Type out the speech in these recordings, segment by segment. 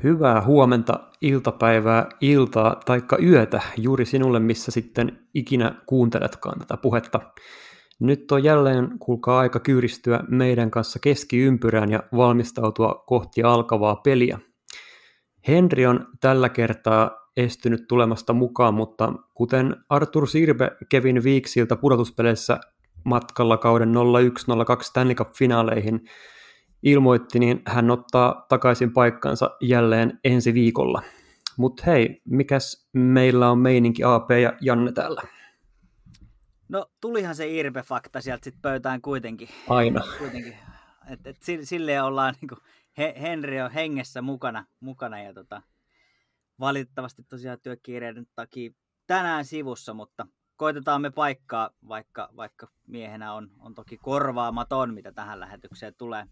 Hyvää huomenta, iltapäivää, iltaa taikka yötä juuri sinulle, missä sitten ikinä kuunteletkaan tätä puhetta. Nyt on jälleen, kuulkaa, aika kyyristyä meidän kanssa keskiympyrään ja valmistautua kohti alkavaa peliä. Henri on tällä kertaa estynyt tulemasta mukaan, mutta kuten Artur Sirbe Kevin Weeksiltä pudotuspeleissä matkalla kauden 01-02 Stanley Cup-finaaleihin ilmoitti, niin hän ottaa takaisin paikkansa jälleen ensi viikolla. Mutta hei, mikäs meillä on meininki AP ja Janne täällä? No tulihan se Irbe-fakta sieltä sitten pöytään kuitenkin. Aina. Et silleen ollaan niinku, Henri on hengessä mukana ja valitettavasti tosiaan työkiireiden takia tänään sivussa, mutta koitetaan me paikkaa, vaikka miehenä on toki korvaamaton, mitä tähän lähetykseen tulee.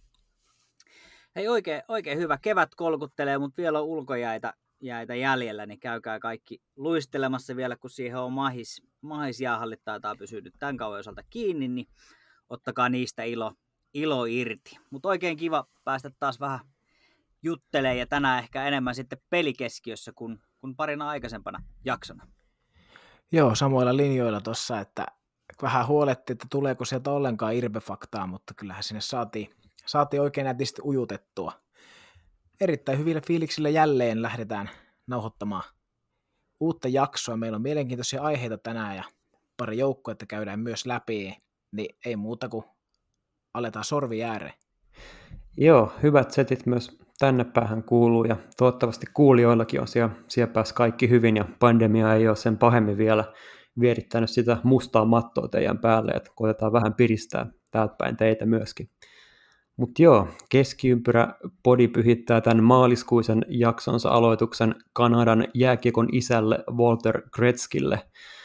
Hei, oikein hyvä. Kevät kolkuttelee, mutta vielä on ulkojäitä jäljellä, niin käykää kaikki luistelemassa vielä, kun siihen on mahisjäähallit taitaa pysynyt tämän kauan osalta kiinni, niin ottakaa niistä ilo irti. Mutta oikein kiva päästä taas vähän juttelemaan ja tänään ehkä enemmän sitten pelikeskiössä kuin parina aikaisempana jaksona. Joo, samoilla linjoilla tuossa, että vähän huolettiin, että tuleeko sieltä ollenkaan Irbe-faktaa, mutta kyllähän sinne saatiin oikein nätisti ujutettua. Erittäin hyvillä fiiliksillä jälleen lähdetään nauhoittamaan uutta jaksoa. Meillä on mielenkiintoisia aiheita tänään ja pari joukkuetta käydään myös läpi, niin ei muuta kuin aletaan sorvi ääreen. Joo, hyvät setit myös tänne päähän kuuluu ja toivottavasti kuulijoillakin on siellä päässä kaikki hyvin ja pandemia ei ole sen pahemmin vielä vierittänyt sitä mustaa mattoa teidän päälle, että koitetaan vähän piristää täältä päin teitä myöskin. Mutta joo, keskiympyrä podi pyhittää tämän maaliskuisen jaksonsa aloituksen Kanadan jääkiekon isälle Walter Gretzkylle.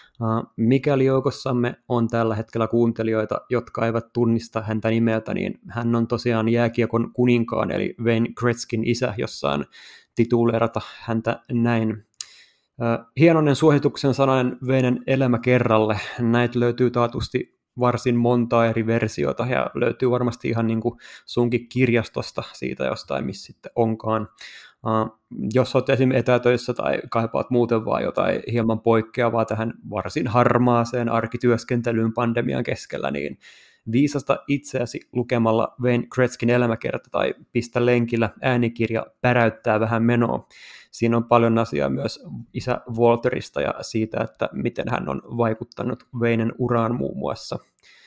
Mikäli joukossamme on tällä hetkellä kuuntelijoita, jotka eivät tunnista häntä nimeltä, niin hän on tosiaan jääkiekon kuninkaan, eli Wayne Gretzkyn isä, jossain tituleerata häntä näin. Hienoinen suosituksen sananen Waynen elämä kerralle. Näitä löytyy taatusti varsin montaa eri versiota ja löytyy varmasti ihan niin kuin sunkin kirjastosta siitä jostain, missä sitten onkaan. Jos olet esimerkiksi etätöissä tai kaipaat muuten vaan jotain hieman poikkeavaa tähän varsin harmaaseen arkityöskentelyyn pandemian keskellä, niin viisasta itseäsi lukemalla Wayne Gretzkyn elämäkerta tai pistä lenkillä äänikirja päräyttää vähän menoa. Siinä on paljon asiaa myös isä Walterista ja siitä, että miten hän on vaikuttanut Waynen uraan muun muassa.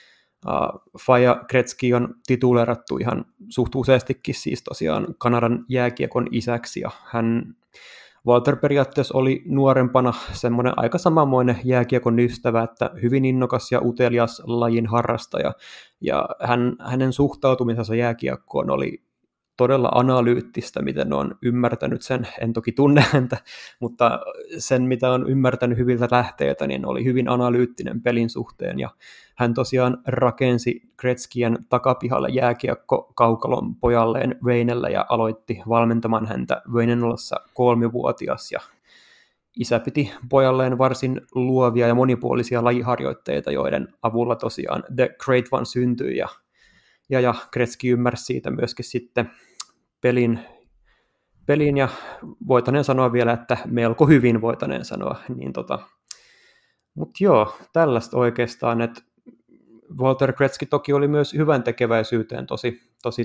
Faija Gretzky on tituleerattu ihan suht useastikin siis tosiaan Kanadan jääkiekon isäksi ja Walter periaatteessa oli nuorempana semmoinen aika samanmoinen jääkiekon ystävä, että hyvin innokas ja utelias lajin harrastaja ja hänen suhtautumisensa jääkiekkoon oli todella analyyttistä, miten on ymmärtänyt sen, en toki tunne häntä, mutta sen mitä on ymmärtänyt hyviltä lähteiltä, niin oli hyvin analyyttinen pelin suhteen, ja hän tosiaan rakensi Gretzkyn takapihalle jääkiekko kaukalon pojalleen Waynelle ja aloitti valmentamaan häntä Waynen ollessa 3-vuotias, ja isä piti pojalleen varsin luovia ja monipuolisia lajiharjoitteita, joiden avulla tosiaan The Great One syntyi, ja Gretzky ymmärsi siitä myöskin sitten pelin ja voitaneen sanoa vielä, että melko hyvin voitaneen sanoa. Niin Mutta joo, tällaista oikeastaan, että Walter Gretzky toki oli myös hyvän tekeväisyyteen tosi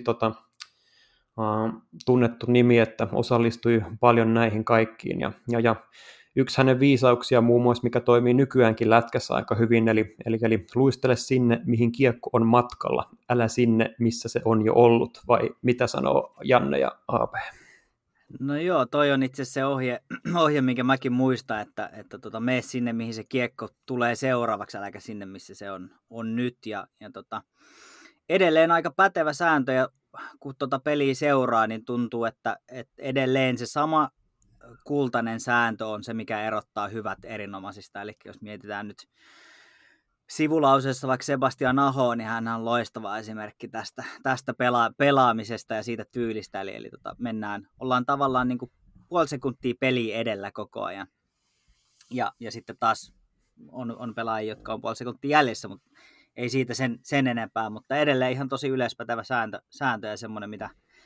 tunnettu nimi, että osallistui paljon näihin kaikkiin ja yksi hänen viisauksia muun muassa, mikä toimii nykyäänkin lätkässä aika hyvin, eli luistele sinne, mihin kiekko on matkalla, älä sinne, missä se on jo ollut, vai mitä sanoo Janne ja Aape? No joo, toi on itse se ohje minkä mäkin muistan, että mene sinne, mihin se kiekko tulee seuraavaksi, äläkä sinne, missä se on nyt, ja edelleen aika pätevä sääntö, ja kun peliä seuraa, niin tuntuu, että edelleen se sama kultainen sääntö on se, mikä erottaa hyvät erinomaisista. Eli jos mietitään nyt sivulauseessa vaikka Sebastian Aho, niin hän on loistava esimerkki tästä pelaamisesta ja siitä tyylistä. Eli ollaan tavallaan niin kuin puoli sekuntia peliä edellä koko ajan. Ja sitten taas on pelaajia, jotka on puoli sekuntia jäljessä, mutta ei siitä sen enempää. Mutta edelleen ihan tosi yleispätevä sääntö ja semmoinen, mitä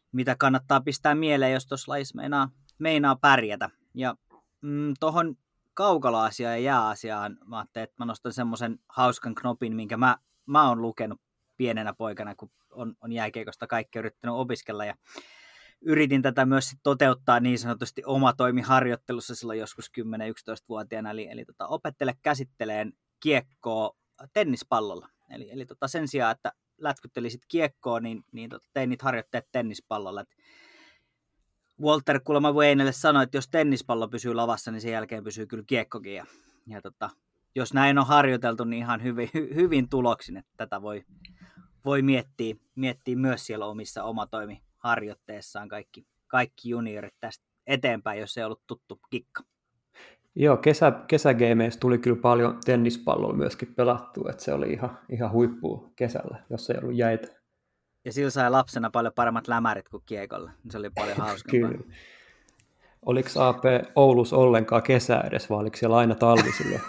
mitä kannattaa pistää mieleen, jos tuossa lajissa meinaa pärjätä. Ja tuohon kaukaloasiaan ja jääasiaan mä ajattelin, että mä nostan semmoisen hauskan knopin, minkä mä oon lukenut pienenä poikana, kun on jääkiekosta kaikki yrittänyt opiskella. Ja yritin tätä myös toteuttaa niin sanotusti omatoimiharjoittelussa silloin joskus 10-11-vuotiaana, eli opettele käsitteleen kiekkoa tennispallolla. Eli sen sijaan, että lätkyttelisit kiekkoa, niin tein niitä harjoitteet tennispallolla. Walter kuulemma Waynelle sanoi, että jos tennispallo pysyy lavassa, niin sen jälkeen pysyy kyllä kiekkokin. Ja jos näin on harjoiteltu, niin ihan hyvin tuloksin, että tätä voi miettiä myös siellä omissa omatoimiharjoitteessaan kaikki juniorit tästä eteenpäin, jos ei ollut tuttu kikka. Joo, kesägameissa tuli kyllä paljon tennispallolla myöskin pelattua, että se oli ihan huippua kesällä, jos ei ollut jäitä. Ja sillä sai lapsena paljon paremmat lämärit kuin kiekolla. Se oli paljon hauskempaa. Kyllä. Oliko AP Oulussa ollenkaan kesää edes, vai oliko siellä aina talvi silloin?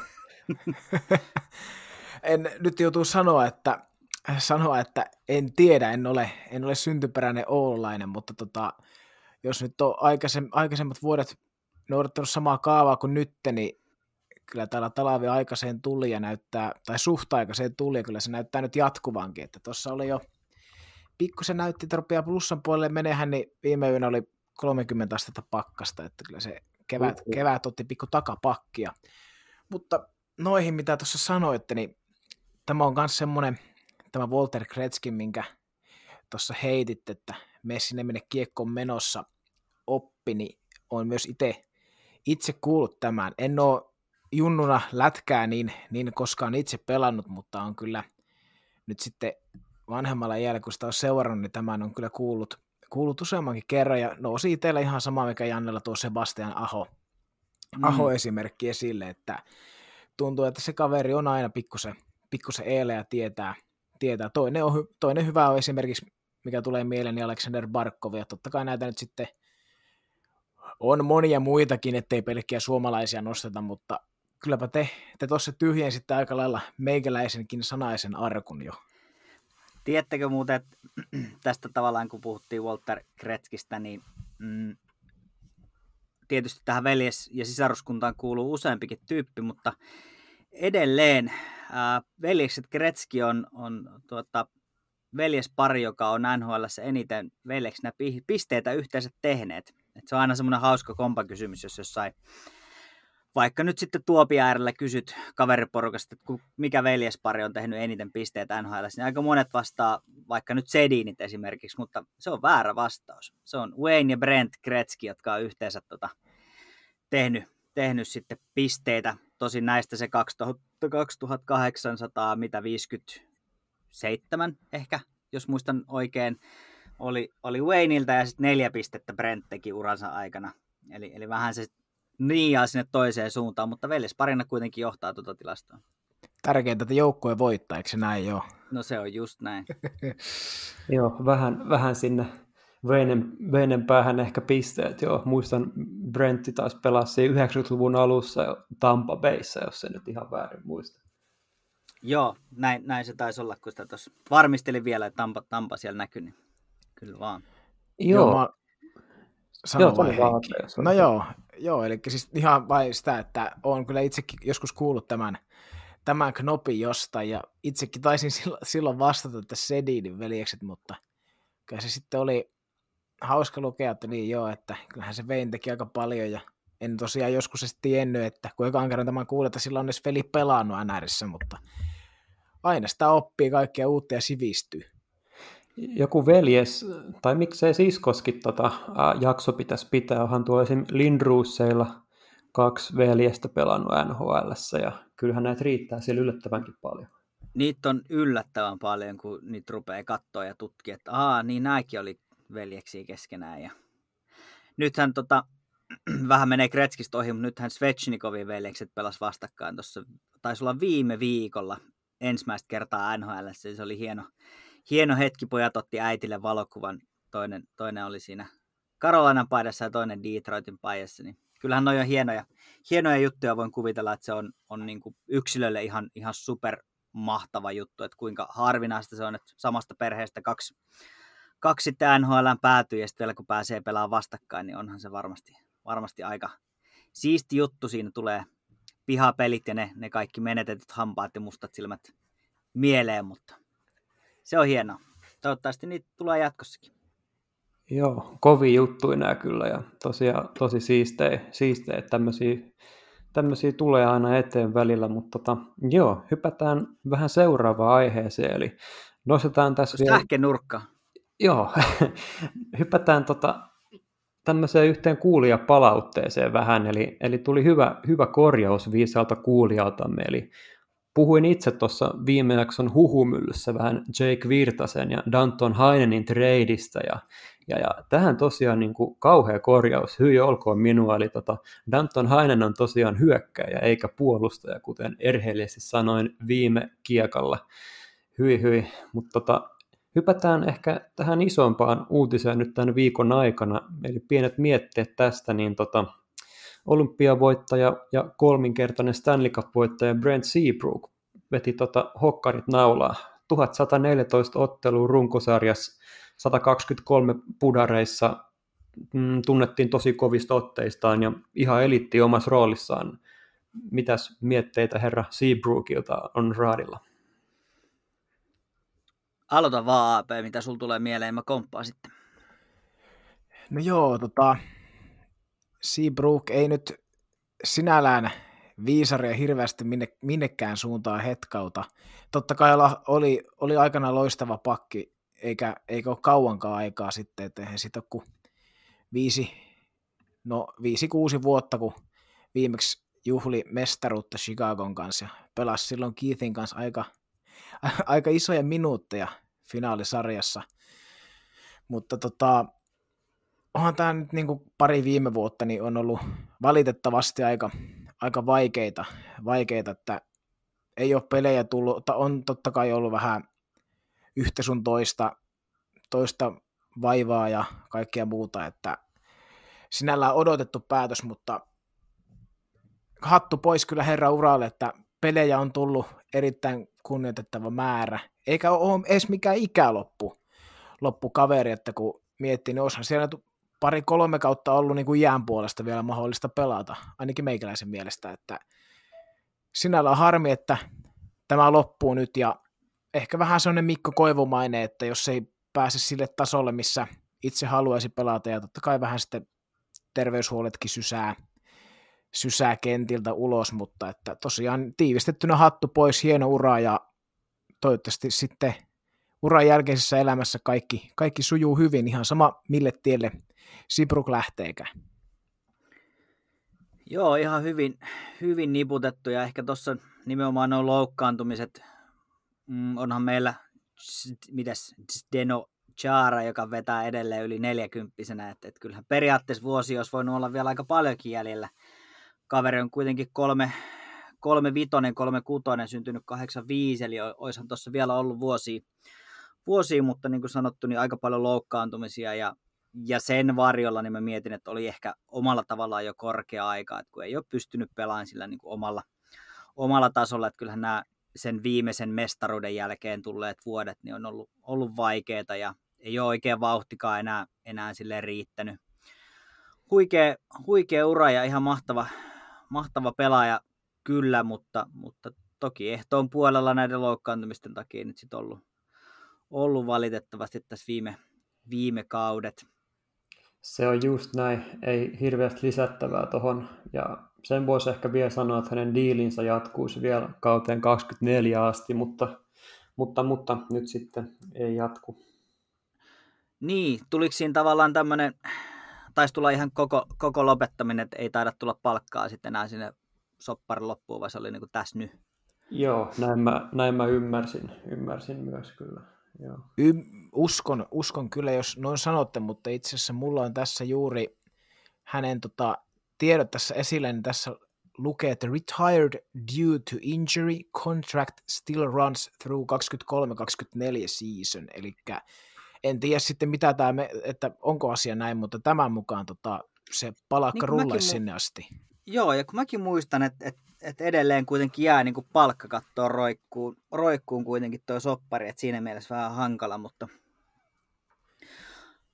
Nyt joutuu sanoa, että en tiedä, en ole syntyperäinen oululainen, mutta jos nyt on aikaisemmat vuodet noudattanut samaa kaavaa kuin nyt, niin kyllä täällä talvi aikaiseen tuli ja näyttää, tai suht aikaiseen tuli, ja kyllä se näyttää nyt jatkuvankin, että tuossa oli jo pikkusen näytti, että rupeaa plussan puolelle menehän, niin viime yönä oli 30 astetta pakkasta, että kyllä se kevät otti pikku takapakkia. Mutta noihin, mitä tuossa sanoitte, niin tämä on myös semmoinen, tämä Walter Gretzky, minkä tuossa heitit, että mene sinne, minne kiekko on menossa oppi, niin olen myös itse kuullut tämän. En ole junnuna lätkää niin koskaan itse pelannut, mutta on kyllä nyt sitten vanhemmalla iällä, kun sitä on seurannut, niin tämän on kyllä kuullut useammankin kerran, ja nousi itsellä ihan sama, mikä Jannella tuo Sebastian Aho esimerkki esille, että tuntuu, että se kaveri on aina pikkusen eellä ja tietää. Toinen hyvä on esimerkiksi, mikä tulee mieleen, niin Alexander Barkov, ja totta kai näitä nyt sitten on monia muitakin, ettei pelkkiä suomalaisia nosteta, mutta kylläpä te tuossa tyhjensitte aika lailla meikäläisenkin sanaisen arkun jo. Tiedättekö muuten, että tästä tavallaan kun puhuttiin Walter Gretzkystä, niin tietysti tähän veljes- ja sisaruskuntaan kuuluu useampikin tyyppi, mutta edelleen veljekset Gretzky on veljespari, joka on NHL:ssä eniten veljeksinä pisteitä yhteensä tehneet. Et se on aina semmoinen hauska kompakysymys, jos jossain vaikka nyt sitten Tuopi äärellä kysyt kaveriporukasta, että mikä veljespari on tehnyt eniten pisteitä NHL:ssä, niin aika monet vastaa vaikka nyt Sedinit esimerkiksi, mutta se on väärä vastaus. Se on Wayne ja Brent Gretzky, jotka on yhteensä tehnyt sitten pisteitä. Tosin näistä se 2857 ehkä, jos muistan oikein, oli Wayneilta ja sitten 4 pistettä Brent teki uransa aikana. Eli vähän se niiaa sinne toiseen suuntaan, mutta veljesparina kuitenkin johtaa tuota tilastoa. Tärkeintä, että joukkue voittaa, eikö se näin joo? No se on just näin. Joo, vähän sinne Veinen päähän ehkä pisteet. Joo, muistan Brentti taas pelasi 90-luvun alussa Tampa Bayssä, jos se nyt ihan väärin muista. Joo, näin se taisi olla, kun sitä tuossa varmistelin vielä, että Tampa siellä näkyi, niin kyllä vaan. Joo, no joo, eli siis ihan vain sitä, että olen kyllä itsekin joskus kuullut tämän knopin jostain, ja itsekin taisin silloin vastata, että Sedinin veljekset, mutta kyllä se sitten oli hauska lukea, että niin joo, että kyllähän se Vein teki aika paljon, ja en tosiaan joskus edes tiennyt, että kuinka kerran tämän kuulen, että silloin on edes veli pelannut NRissä, mutta aina sitä oppii kaikkea uutta ja sivistyy. Joku veljes, tai miksei siskoskin jakso pitäisi pitää, onhan tuolla esimerkiksi Lindroosseilla 2 veljestä pelannut NHL:ssä, ja kyllähän näitä riittää siellä yllättävänkin paljon. Niitä on yllättävän paljon, kun niitä rupeaa katsoa ja tutkia, että niin nämäkin oli veljeksiä keskenään. Ja nythän vähän menee Gretzkystä ohi, mutta nythän Svechnikovin veljekset pelas vastakkain tuossa, taisi olla viime viikolla ensimmäistä kertaa NHL:ssä, se oli hieno hetki, pojat otti äitille valokuvan, toinen oli siinä Carolinan paidassa ja toinen Detroitin paidassa, niin kyllähän noi on hienoja juttuja, voin kuvitella, että se on niin kuin yksilölle ihan super mahtava juttu, että kuinka harvinaista se on, että samasta perheestä kaksi sitten NHL:ään päätyy ja sitten vielä kun pääsee pelaamaan vastakkain, niin onhan se varmasti aika siisti juttu. Siinä tulee pihapelit ja ne kaikki menetetyt hampaat ja mustat silmät mieleen, mutta se on hienoa. Toivottavasti niitä tulee jatkossakin. Joo, kovia juttuja nämä kyllä ja tosiaan tosi siistejä että tämmöisiä tulee aina eteen välillä, mutta joo, hypätään vähän seuraavaan aiheeseen, eli nostetaan tässä vielä... Sähkenurkka. Joo, hypätään tämmöiseen yhteen kuulijapalautteeseen vähän, eli tuli hyvä korjaus viisaalta kuulijaltamme, eli puhuin itse tuossa viime jakson huhumyllyssä vähän Jake Virtasen ja Danton Heinenin tradeista, ja tähän tosiaan niin kuin kauhea korjaus, hyi olkoon minua, eli Danton Heinen on tosiaan hyökkääjä eikä puolustaja, kuten erheellisesti sanoin viime kiekalla, hyi, mutta hypätään ehkä tähän isompaan uutiseen nyt tämän viikon aikana, eli pienet mietteet tästä, niin olympiavoittaja ja kolminkertainen Stanley Cup-voittaja Brent Seabrook veti hokkarit naulaa. 1114 ottelua runkosarjassa, 123 pudareissa, tunnettiin tosi kovista otteistaan ja ihan elitti omassa roolissaan. Mitäs mietteitä herra Seabrookilta on raadilla? Aloita vaan AP, mitä sulla tulee mieleen, mä komppaan sitten. No joo, Seabrook ei nyt sinällään viisaria hirveästi minnekään suuntaan hetkauta. Totta kai oli aikana loistava pakki, eikä ole kauankaan aikaa sitten, että eihän siitä ole kuin 5-6 vuotta, kun viimeksi juhli mestaruutta Chicagon kanssa ja pelasi silloin Keithin kanssa aika isoja minuutteja finaalisarjassa. Mutta onhan tämä nyt niin kuin pari viime vuotta niin on ollut valitettavasti aika vaikeita, että ei ole pelejä tullut, on totta kai ollut vähän yhtä sun toista vaivaa ja kaikkea muuta, että sinällään odotettu päätös, mutta hattu pois kyllä herra uralle, että pelejä on tullut erittäin kunnioitettava määrä, eikä ole edes mikään ikäloppu kaveri, että kun miettii, niin olisihan siellä 2-3 kautta ollut niin kuin jään puolesta vielä mahdollista pelata, ainakin meikäläisen mielestä, että sinällään on harmi, että tämä loppuu nyt, ja ehkä vähän sellainen Mikko Koivumainen, että jos ei pääse sille tasolle, missä itse haluaisi pelata, ja totta kai vähän sitten terveyshuoletkin sysää kentiltä ulos, mutta että tosiaan tiivistettynä hattu pois, hieno ura, ja toivottavasti sitten uran jälkeisessä elämässä kaikki sujuu hyvin, ihan sama mille tielle Seabrook lähteekään. Joo, ihan hyvin niputettu, ja ehkä tuossa nimenomaan nuo loukkaantumiset, onhan meillä Zdeno Chara, joka vetää edelleen yli 40-vuotiaana, että kyllähän periaatteessa vuosi olisi voinut olla vielä aika paljonkin jäljellä. Kaveri on kuitenkin 3'5", 3'6", syntynyt 85, eli olisihan tuossa vielä ollut vuosia, mutta niin kuin sanottu, niin aika paljon loukkaantumisia, ja sen varjolla niin mä mietin, että oli ehkä omalla tavallaan jo korkea aika, että kun ei ole pystynyt pelaamaan sillä niin kuin omalla tasolla, että kyllähän nämä sen viimeisen mestaruuden jälkeen tulleet vuodet niin on ollut vaikeita, ja ei ole oikein vauhtikaan enää silleen riittänyt. Huikea ura ja ihan mahtava pelaaja kyllä, mutta toki ehtoon puolella näiden loukkaantumisten takia nyt sitten ollut valitettavasti tässä viime kaudet. Se on just näin, ei hirveästi lisättävää tuohon, ja sen voisi ehkä vielä sanoa, että hänen diilinsä jatkuisi vielä kauteen 24 asti, mutta nyt sitten ei jatku. Niin, tuliko siinä tavallaan tämmöinen, taisi tulla ihan koko lopettaminen, että ei taida tulla palkkaa sitten enää sinne sopparin loppuun, vai se oli niin kuin tässä nyt? Joo, näin mä ymmärsin myös kyllä. Joo. Uskon kyllä, jos noin sanotte, mutta itse asiassa mulla on tässä juuri hänen tiedot tässä esillä, niin tässä lukee, että retired due to injury, contract still runs through 23-24 season, eli en tiedä sitten mitä tämä, että onko asia näin, mutta tämän mukaan se palakka niin rullaisi sinne asti. Joo, ja kun mäkin muistan, että edelleen kuitenkin jää niin kuin palkkakattoon roikkuun kuitenkin tuo soppari, että siinä mielessä vähän hankala, mutta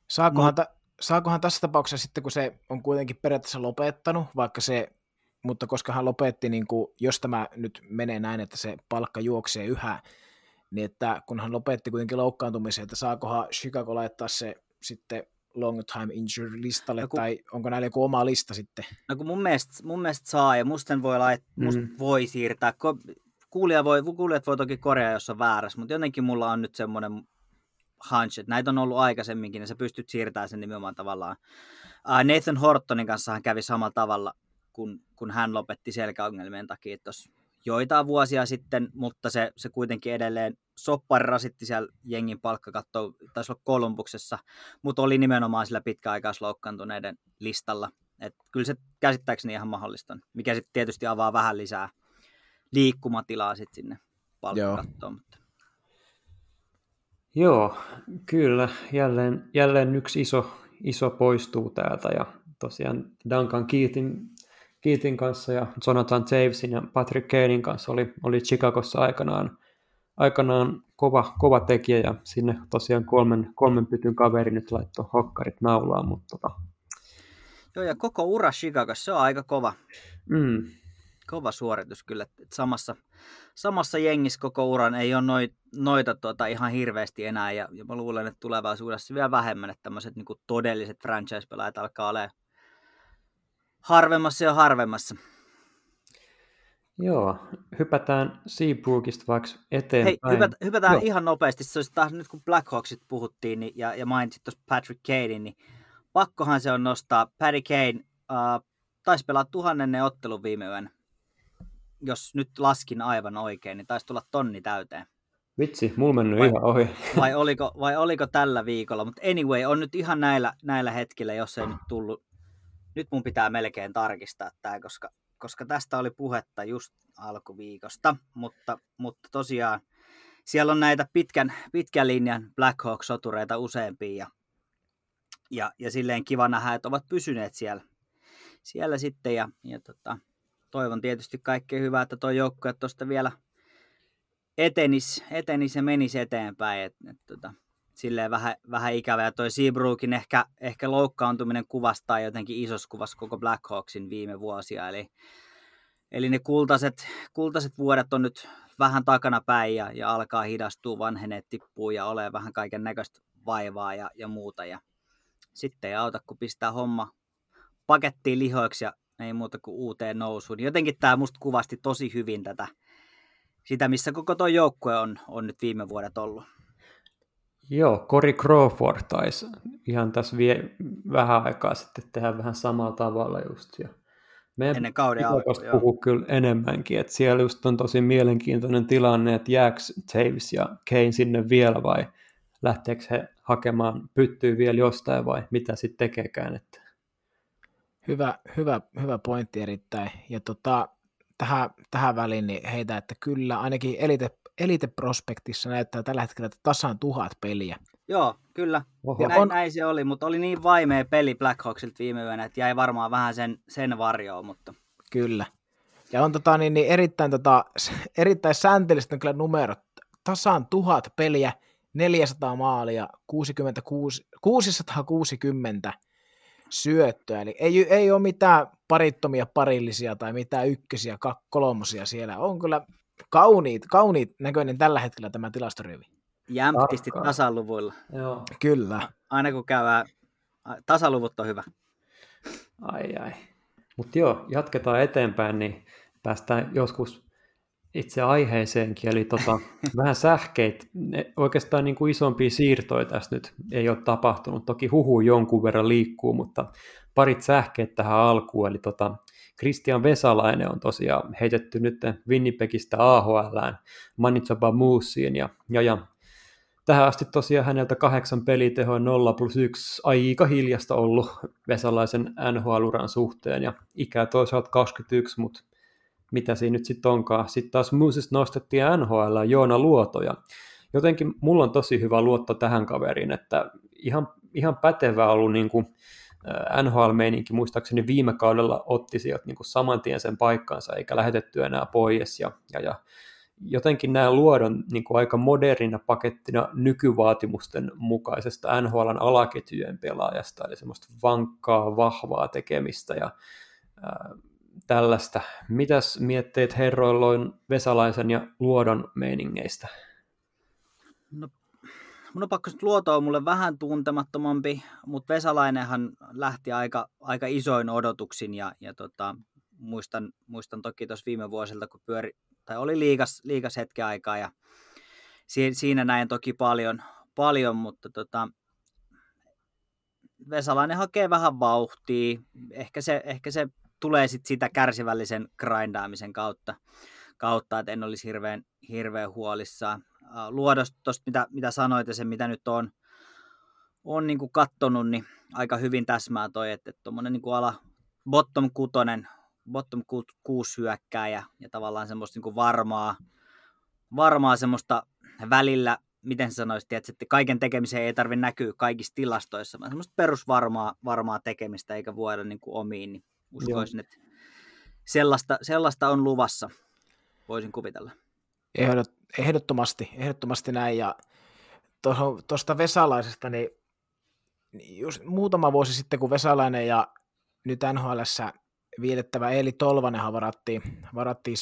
Saakohan tässä tapauksessa sitten, kun se on kuitenkin periaatteessa lopettanut, mutta koska hän lopetti, niin kuin, jos tämä nyt menee näin, että se palkka juoksee yhä, niin että kun hän lopetti kuitenkin loukkaantumisen, että saakohan Chicago laittaa se sitten long time injury listalle, tai onko näillä joku oma lista sitten? No kun mun mielestä saa, ja musta voi siirtää. Kuulijat voi toki korjaa, jos on väärässä, mutta jotenkin mulla on nyt semmoinen hunch, että näitä on ollut aikaisemminkin, ja sä pystyt siirtämään sen nimenomaan tavallaan. Nathan Hortonin kanssa hän kävi samalla tavalla, kun hän lopetti selkäongelmien takia tuossa joitain vuosia sitten, mutta se kuitenkin edelleen soppari rasitti siellä jengin palkkakattoa, taisi olla Columbuksessa, mutta oli nimenomaan sillä pitkäaikaisloukkaantuneiden listalla. Et kyllä se käsittääkseni ihan mahdollista on, mikä sitten tietysti avaa vähän lisää liikkumatilaa sitten sinne palkkakattoon. Mutta. Joo, kyllä. Jälleen yksi iso poistuu täältä ja tosiaan Duncan Keithin kanssa ja Jonathan Tavesin ja Patrick Kanein kanssa oli Chicagossa aikanaan kova tekijä ja sinne tosiaan kolmen pytyn kaveri nyt laittoi hokkarit naulaan. Mutta Joo, ja koko ura Chicagossa, se on aika kova. Kova suoritus kyllä. Et samassa jengissä koko uran ei ole noita ihan hirveästi enää ja mä luulen, että tulevaisuudessa vielä vähemmän, että tämmöiset niin kuin todelliset franchise-pelaajat alkaa olemaan harvemmassa ja harvemmassa. Joo, hypätään Seabrookista vaikka eteenpäin. Hei, hypätään ihan nopeasti. Se olisi taas nyt kun Blackhawksit puhuttiin ja mainitsit tuossa Patrick Kanein, niin pakkohan se on nostaa. Patty Kane taisi pelaa 1000 ottelun viime yönä. Jos nyt laskin aivan oikein, niin taisi tulla 1000 täyteen. Vitsi, mulla mennyt ihan ohi. Vai oliko tällä viikolla? Mutta anyway, on nyt ihan näillä hetkillä, jos ei nyt tullut. Nyt mun pitää melkein tarkistaa tämä, koska tästä oli puhetta just alkuviikosta. Mutta tosiaan siellä on näitä pitkän linjan Black Hawk-sotureita useampia. Ja silleen kiva nähdä, että ovat pysyneet siellä sitten. Ja toivon tietysti kaikkea hyvää, että tuo joukkue tuosta vielä etenisi ja menisi eteenpäin. Silleen vähän ikävä. Ja toi Seabrookin ehkä loukkaantuminen kuvastaa jotenkin isossa kuvassa koko Black Hawksin viime vuosia. Eli ne kultaiset vuodet on nyt vähän takana päin ja alkaa hidastua, vanheneet tippuu ja ole vähän kaiken näköistä vaivaa ja muuta. Ja sitten ei auta, kun pistää homma pakettiin lihoiksi ja ei muuta kuin uuteen nousuun. Jotenkin tämä musta kuvasti tosi hyvin sitä, missä koko tuo joukkue on nyt viime vuodet ollut. Joo, Corey Crawford taisi ihan tässä vähän aikaa sitten tehdä vähän samalla tavalla just. Ja ennen kauden alkua, puhuu kyllä enemmänkin, että siellä just on tosi mielenkiintoinen tilanne, että jääkö Taves ja Kane sinne vielä vai lähteekö he hakemaan pyttyä vielä jostain vai mitä sitten tekeekään. Että. Hyvä pointti erittäin. Ja tähän väliin niin heitä, että kyllä ainakin Elite Prospectissa näyttää tällä hetkellä tasan 1000 peliä. Joo, kyllä. Näin se oli, mutta oli niin vaimea peli Black Hawksilta viime yönä, että jäi varmaan vähän sen varjoon. Mutta. Kyllä. Ja on erittäin sääntelistä on kyllä numerot. Tasan 1000 peliä, 400 maalia, 660 syöttöä. Eli ei ole mitään parittomia parillisia tai mitään ykkösiä, kolmosia siellä. On kyllä kauniit näköinen tällä hetkellä tämä tilastorivi. Jämptisti tasaluvuilla. Joo. Kyllä. Aina kun käydään, tasaluvut on hyvä. Ai. Mutta joo, jatketaan eteenpäin, niin päästään joskus itse aiheeseenkin, eli vähän sähkeitä. Oikeastaan niin kuin isompia siirtoja tässä nyt ei ole tapahtunut. Toki huhu jonkun verran liikkuu, mutta parit sähkeet tähän alkuun. Eli Christian Vesalainen on tosiaan heitetty nyt Winnipegistä AHL:ään Manitoba Mooseen ja tähän asti tosiaan häneltä 8 pelitehoa 0+1, aika hiljasta ollut Vesalaisen NHL-uran suhteen ja ikää toisaalta 21, mutta mitä siinä nyt sitten onkaan. Sitten taas Moosesta nostettiin NHL Joona Luoto ja jotenkin mulla on tosi hyvä luotto tähän kaveriin, että ihan pätevä ollut niin kuin NHL-meininki, muistaakseni viime kaudella otti sieltä niin kuin saman tien sen paikkansa eikä lähetetty enää pois ja jotenkin näen Luodon niin kuin aika modernina pakettina nykyvaatimusten mukaisesta NHL:n alaketjujen pelaajasta, eli semmoista vankkaa, vahvaa tekemistä ja tällaista. Mitäs mietteet herroilloin Vesalaisen ja Luodon meiningeistä? No, mun on pakko, Luoto on mulle vähän tuntemattomampi, mutta Vesalainenhan lähti aika isoin odotuksin ja muistan toki tuossa viime vuosilta, kun oli liigas hetken aikaa ja siinä näin toki paljon mutta Vesalainen hakee vähän vauhtia. Ehkä se tulee sitä kärsivällisen grindaamisen kautta, että en olisi hirveän huolissaan. Luodosta tuosta, mitä sanoit ja se, mitä nyt on niin kuin kattonut, niin aika hyvin täsmää toi, että tuommoinen niin kuin bottom 6 hyökkääjä ja tavallaan semmoista niin kuin varmaa semmoista välillä, miten sanoisit, että kaiken tekemiseen ei tarvitse näkyä kaikissa tilastoissa, vaan semmoista perusvarmaa tekemistä eikä voida niin kuin omiin, niin uskoisin, että sellaista on luvassa, voisin kuvitella. Ehdottomasti näin, ja tuosta Vesalaisesta, niin just muutama vuosi sitten, kun Vesalainen ja nyt NHL:ssä viilettävä Eeli Tolvanenhan varattiin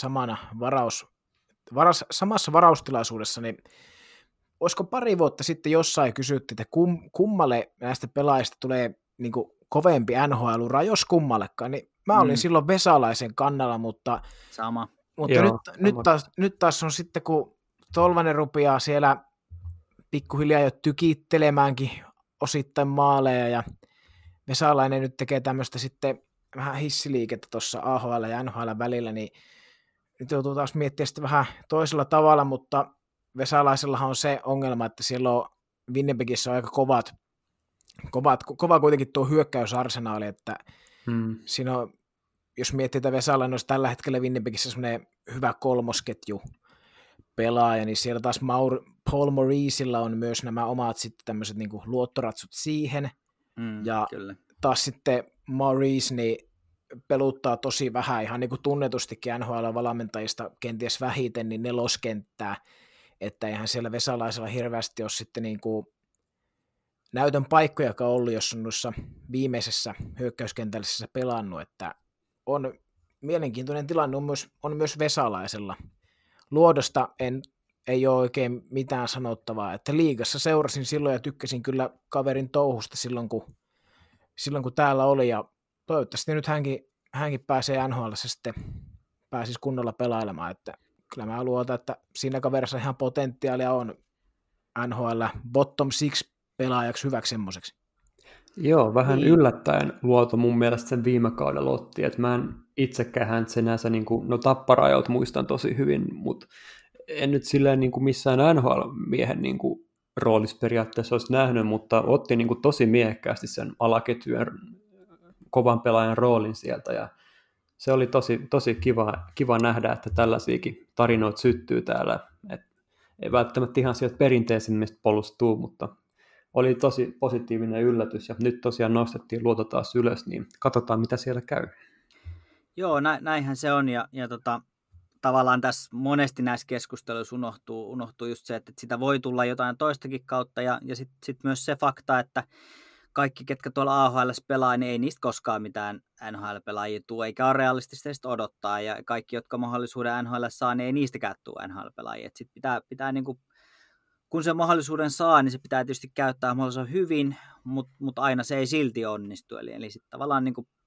samassa varaustilaisuudessa, niin olisiko pari vuotta sitten jossain kysyttiin, että kummalle näistä pelaajista tulee niin kuin kovempi NHL-ura, jos kummallekaan, niin mä olin silloin Vesalaisen kannalla, mutta sama. Mutta nyt taas on sitten, kun Tolvanen rupeaa siellä pikkuhiljaa jo tykittelemäänkin osittain maaleja, ja Vesalainen nyt tekee tämmöistä sitten vähän hissiliikettä tuossa AHL ja NHL välillä, niin nyt joutuu taas miettimään sitten vähän toisella tavalla, mutta Vesalaisellahan on se ongelma, että siellä on Winnipegissä on aika kova kuitenkin tuo hyökkäysarsenaali, että siinä on, jos miettii, että Vesalainen olisi tällä hetkellä Winnipegissä semmoinen hyvä kolmosketju pelaaja, niin siellä taas Paul Mauriceilla on myös nämä omat sitten tämmöiset niin kuin luottoratsut siihen, ja kyllä. Taas sitten Maurice niin peluttaa tosi vähän, ihan niin kuin tunnetustikin NHL-valmentajista kenties vähiten, niin neloskenttää, että eihän siellä Vesalaisella hirveästi ole sitten niin kuin näytön paikkojakaan ollut, jos on noissa viimeisessä hyökkäyskentällisessä pelannut, että on mielenkiintoinen tilanne on myös Vesalaisella. Luodosta ei ole oikein mitään sanottavaa, että liigassa seurasin silloin ja tykkäsin kyllä kaverin touhusta silloin kun täällä oli, ja toivottavasti nyt hänkin pääsee NHL:ssä sitten pääsisi kunnolla pelailemaan, että kyllä mä luotan, että siinä kaverissa ihan potentiaalia on NHL bottom 6 pelaajaksi hyväksi semmoiseksi. Joo, vähän yllättäen Luoto mun mielestä sen viime kaudella otti, että mä en itsekään hän sinänsä, niin kuin, no Tapparajot muistan tosi hyvin, mutta en nyt silleen niin kuin missään NHL-miehen niin kuin roolissa periaatteessa olisi nähnyt, mutta otti niin kuin tosi miehekkäästi sen alaketjujen kovan pelaajan roolin sieltä, ja se oli tosi kiva nähdä, että tällaisiakin tarinoita syttyy täällä, että ei välttämättä ihan sieltä perinteisimmistä polustuu, mutta oli tosi positiivinen yllätys, ja nyt tosiaan nostettiin Luoto taas ylös, niin katsotaan, mitä siellä käy. Joo, näinhän se on, ja tavallaan tässä monesti näissä keskusteluissa unohtuu just se, että sitä voi tulla jotain toistakin kautta, ja sit myös se fakta, että kaikki, ketkä tuolla AHL pelaa, niin ei niistä koskaan mitään NHL-pelaajia tule, eikä ole realistista sitä odottaa, ja kaikki, jotka mahdollisuuden NHL saa, niin ei niistäkään tule NHL-pelaajia. Sitten pitää niin kuin, kun se mahdollisuuden saa, niin se pitää tietysti käyttää mahdollisimman hyvin, mutta aina se ei silti onnistu. Eli sitten tavallaan niin kuin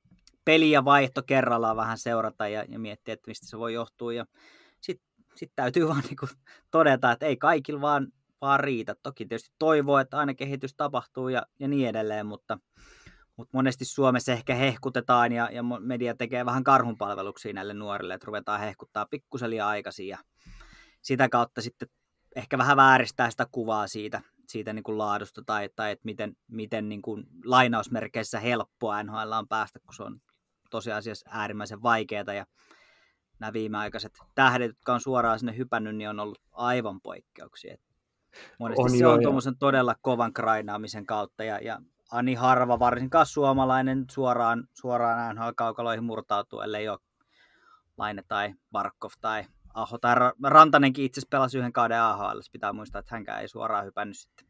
peli ja vaihto kerrallaan vähän seurata ja miettiä, että mistä se voi johtua. Ja sitten täytyy vaan niin kuin todeta, että ei kaikilla vaan riitä. Toki tietysti toivoo, että aina kehitys tapahtuu ja niin edelleen, mutta monesti Suomessa ehkä hehkutetaan ja media tekee vähän karhunpalveluksia näille nuorille, että ruvetaan hehkuttaa pikkusen liian aikaisin ja sitä kautta sitten ehkä vähän vääristää sitä kuvaa siitä niin kuin laadusta tai että miten niin kuin lainausmerkeissä helppoa NHL on päästä, kun se on tosiasiassa äärimmäisen vaikeaa ja nämä viimeaikaiset tähdet, jotka on suoraan sinne hypännyt, niin on ollut aivan poikkeuksia. Monesti se on tuommoisen todella kovan grainaamisen kautta ja ani harva, varsinkaan suomalainen, suoraan NHL-kaukaloihin murtautuu, ellei ole Laine tai Barkov tai Aho tai Rantanenkin itse asiassa pelasi yhden kauden AHL. Pitää muistaa, että hänkään ei suoraan hypännyt sitten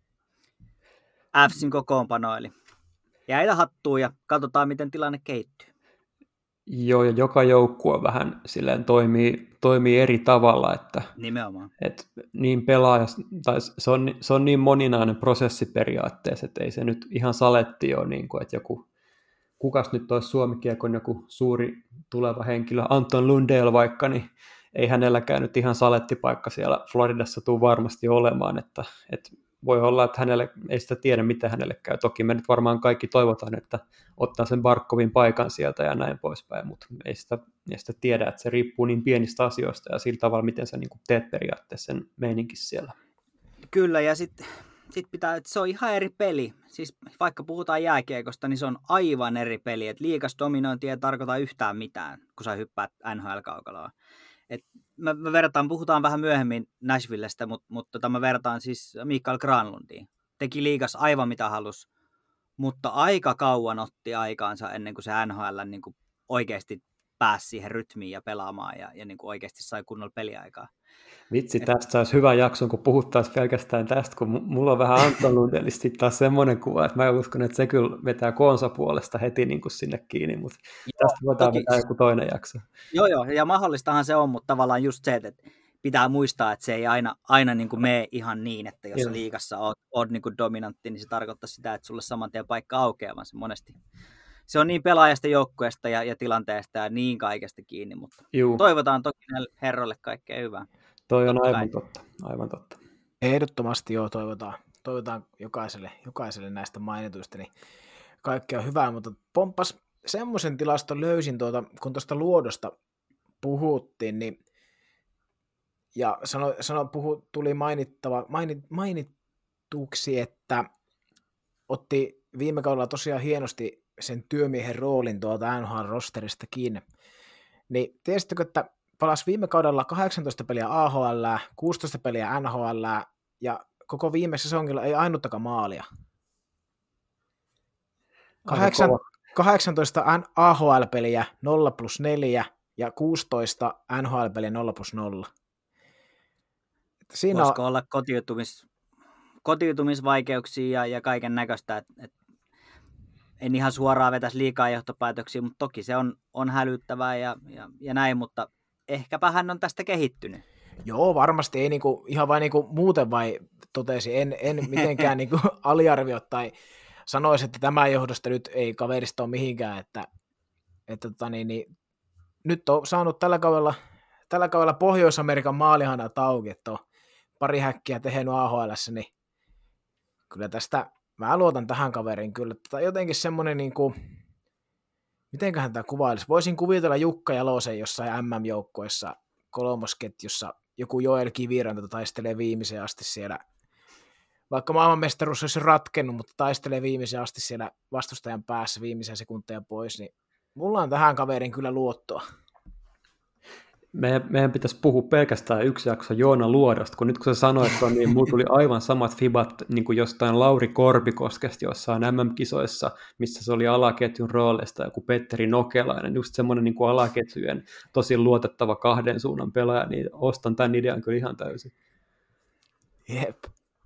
FC:n kokoonpanoon. Eli jäitä hattuun ja katsotaan, miten tilanne kehittyy. Joo, ja joka joukkue vähän silleen toimii eri tavalla, että Nimenomaan. Niin pelaaja, tai se on niin moninainen prosessi periaatteessa, että ei se nyt ihan saletti ole, niin kuin, että kukas nyt olisi Suomi-kiekon joku suuri tuleva henkilö, Anton Lundell vaikka, niin ei hänelläkään nyt ihan salettipaikka siellä Floridassa tule varmasti olemaan, että voi olla, että hänelle ei sitä tiedä, mitä hänelle käy. Toki me nyt varmaan kaikki toivotaan, että ottaa sen Barkovin paikan sieltä ja näin poispäin, mutta ei sitä tiedä, että se riippuu niin pienistä asioista ja sillä tavalla, miten sä niin kuin teet periaatteessa sen meininkin siellä. Kyllä, ja sitten pitää, että se on ihan eri peli. Siis vaikka puhutaan jääkiekosta, niin se on aivan eri peli. Et liigas dominointi ei tarkoita yhtään mitään, kun sä hyppäät NHL-kaukaloon. Mä puhutaan vähän myöhemmin Nashvillestä, mutta mä vertaan siis Mikael Granlundiin. Teki liigas aivan mitä halusi, mutta aika kauan otti aikaansa ennen kuin se NHL niin kuin oikeasti pääsi siihen rytmiin ja pelaamaan ja niin kuin oikeasti sai kunnolla peliaikaa. Vitsi, tästä olisi hyvä jakso, kun puhuttaisiin pelkästään tästä, kun mulla on vähän Anton Lundellista taas semmoinen kuva, että mä uskon, että se kyllä vetää koonsa puolesta heti niin kuin sinne kiinni, mutta tästä voidaan vetää joku toinen jakso. Joo, ja mahdollistahan se on, mutta tavallaan just se, että pitää muistaa, että se ei aina niin kuin mene ihan niin, että jos liigassa oot niin kuin dominantti, niin se tarkoittaa sitä, että sulle saman tien paikka aukeaa, vaan se monesti se on niin pelaajasta, joukkueesta ja tilanteesta ja niin kaikesta kiinni, mutta toivotaan toki näille herroille kaikkea hyvää. Toi on aivan totta. Ehdottomasti joo, toivotaan jokaiselle näistä mainituista, niin kaikkea hyvää, mutta pomppas semmoisen tilaston löysin, kun tuosta Luodosta puhuttiin, niin ja tuli mainituksi, että otti viime kaudella tosiaan hienosti sen työmiehen roolin tuolta NHL-rosterista kiinni. Niin tiesittekö, että palasi viime kaudella 18 peliä AHL, 16 peliä NHL ja koko viime sesongilla ei ainuttakaan maalia. 18 AHL-peliä 0+4 ja 16 NHL-peliä 0+0. Voisiko olla kotiutumisvaikeuksia ja kaiken näköistä, että en ihan suoraan vetäisi liikaa johtopäätöksiä, mutta toki se on hälyttävää ja näin, mutta ehkäpä hän on tästä kehittynyt. Joo, varmasti ei ihan vain muuten vai totesi, en mitenkään aliarvioi tai sanoisi, että tämän johdosta nyt ei kaverista ole mihinkään, että nyt on saanut tällä kaudella Pohjois-Amerikan maalihanat auki, että on pari häkkiä tehnyt AHL:ssä, niin kyllä tästä mä luotan tähän kaveriin kyllä. Jotenkin semmoinen, mitenköhän tämä kuvailisi? Voisin kuvitella Jukka Jalosen jossain MM-joukkoissa kolmosketjussa, joku Joel Kiviranta taistelee viimeiseen asti siellä, vaikka maailmanmestaruus olisi ratkennut, mutta taistelee viimeiseen asti siellä vastustajan päässä viimeisiä sekunteja pois, niin mulla on tähän kaveriin kyllä luottoa. Meidän pitäisi puhua pelkästään yksi jakso Joona Luodosta, kun nyt kun sä sanoit, niin mulla tuli aivan samat fibat niin kuin jostain Lauri Korpikoskesta jossain MM-kisoissa, missä se oli alaketjun roolista, joku Petteri Nokelainen, just semmoinen niin kuin alaketjujen tosi luotettava kahden suunnan pelaaja, niin ostan tämän idean kyllä ihan täysin. Jep.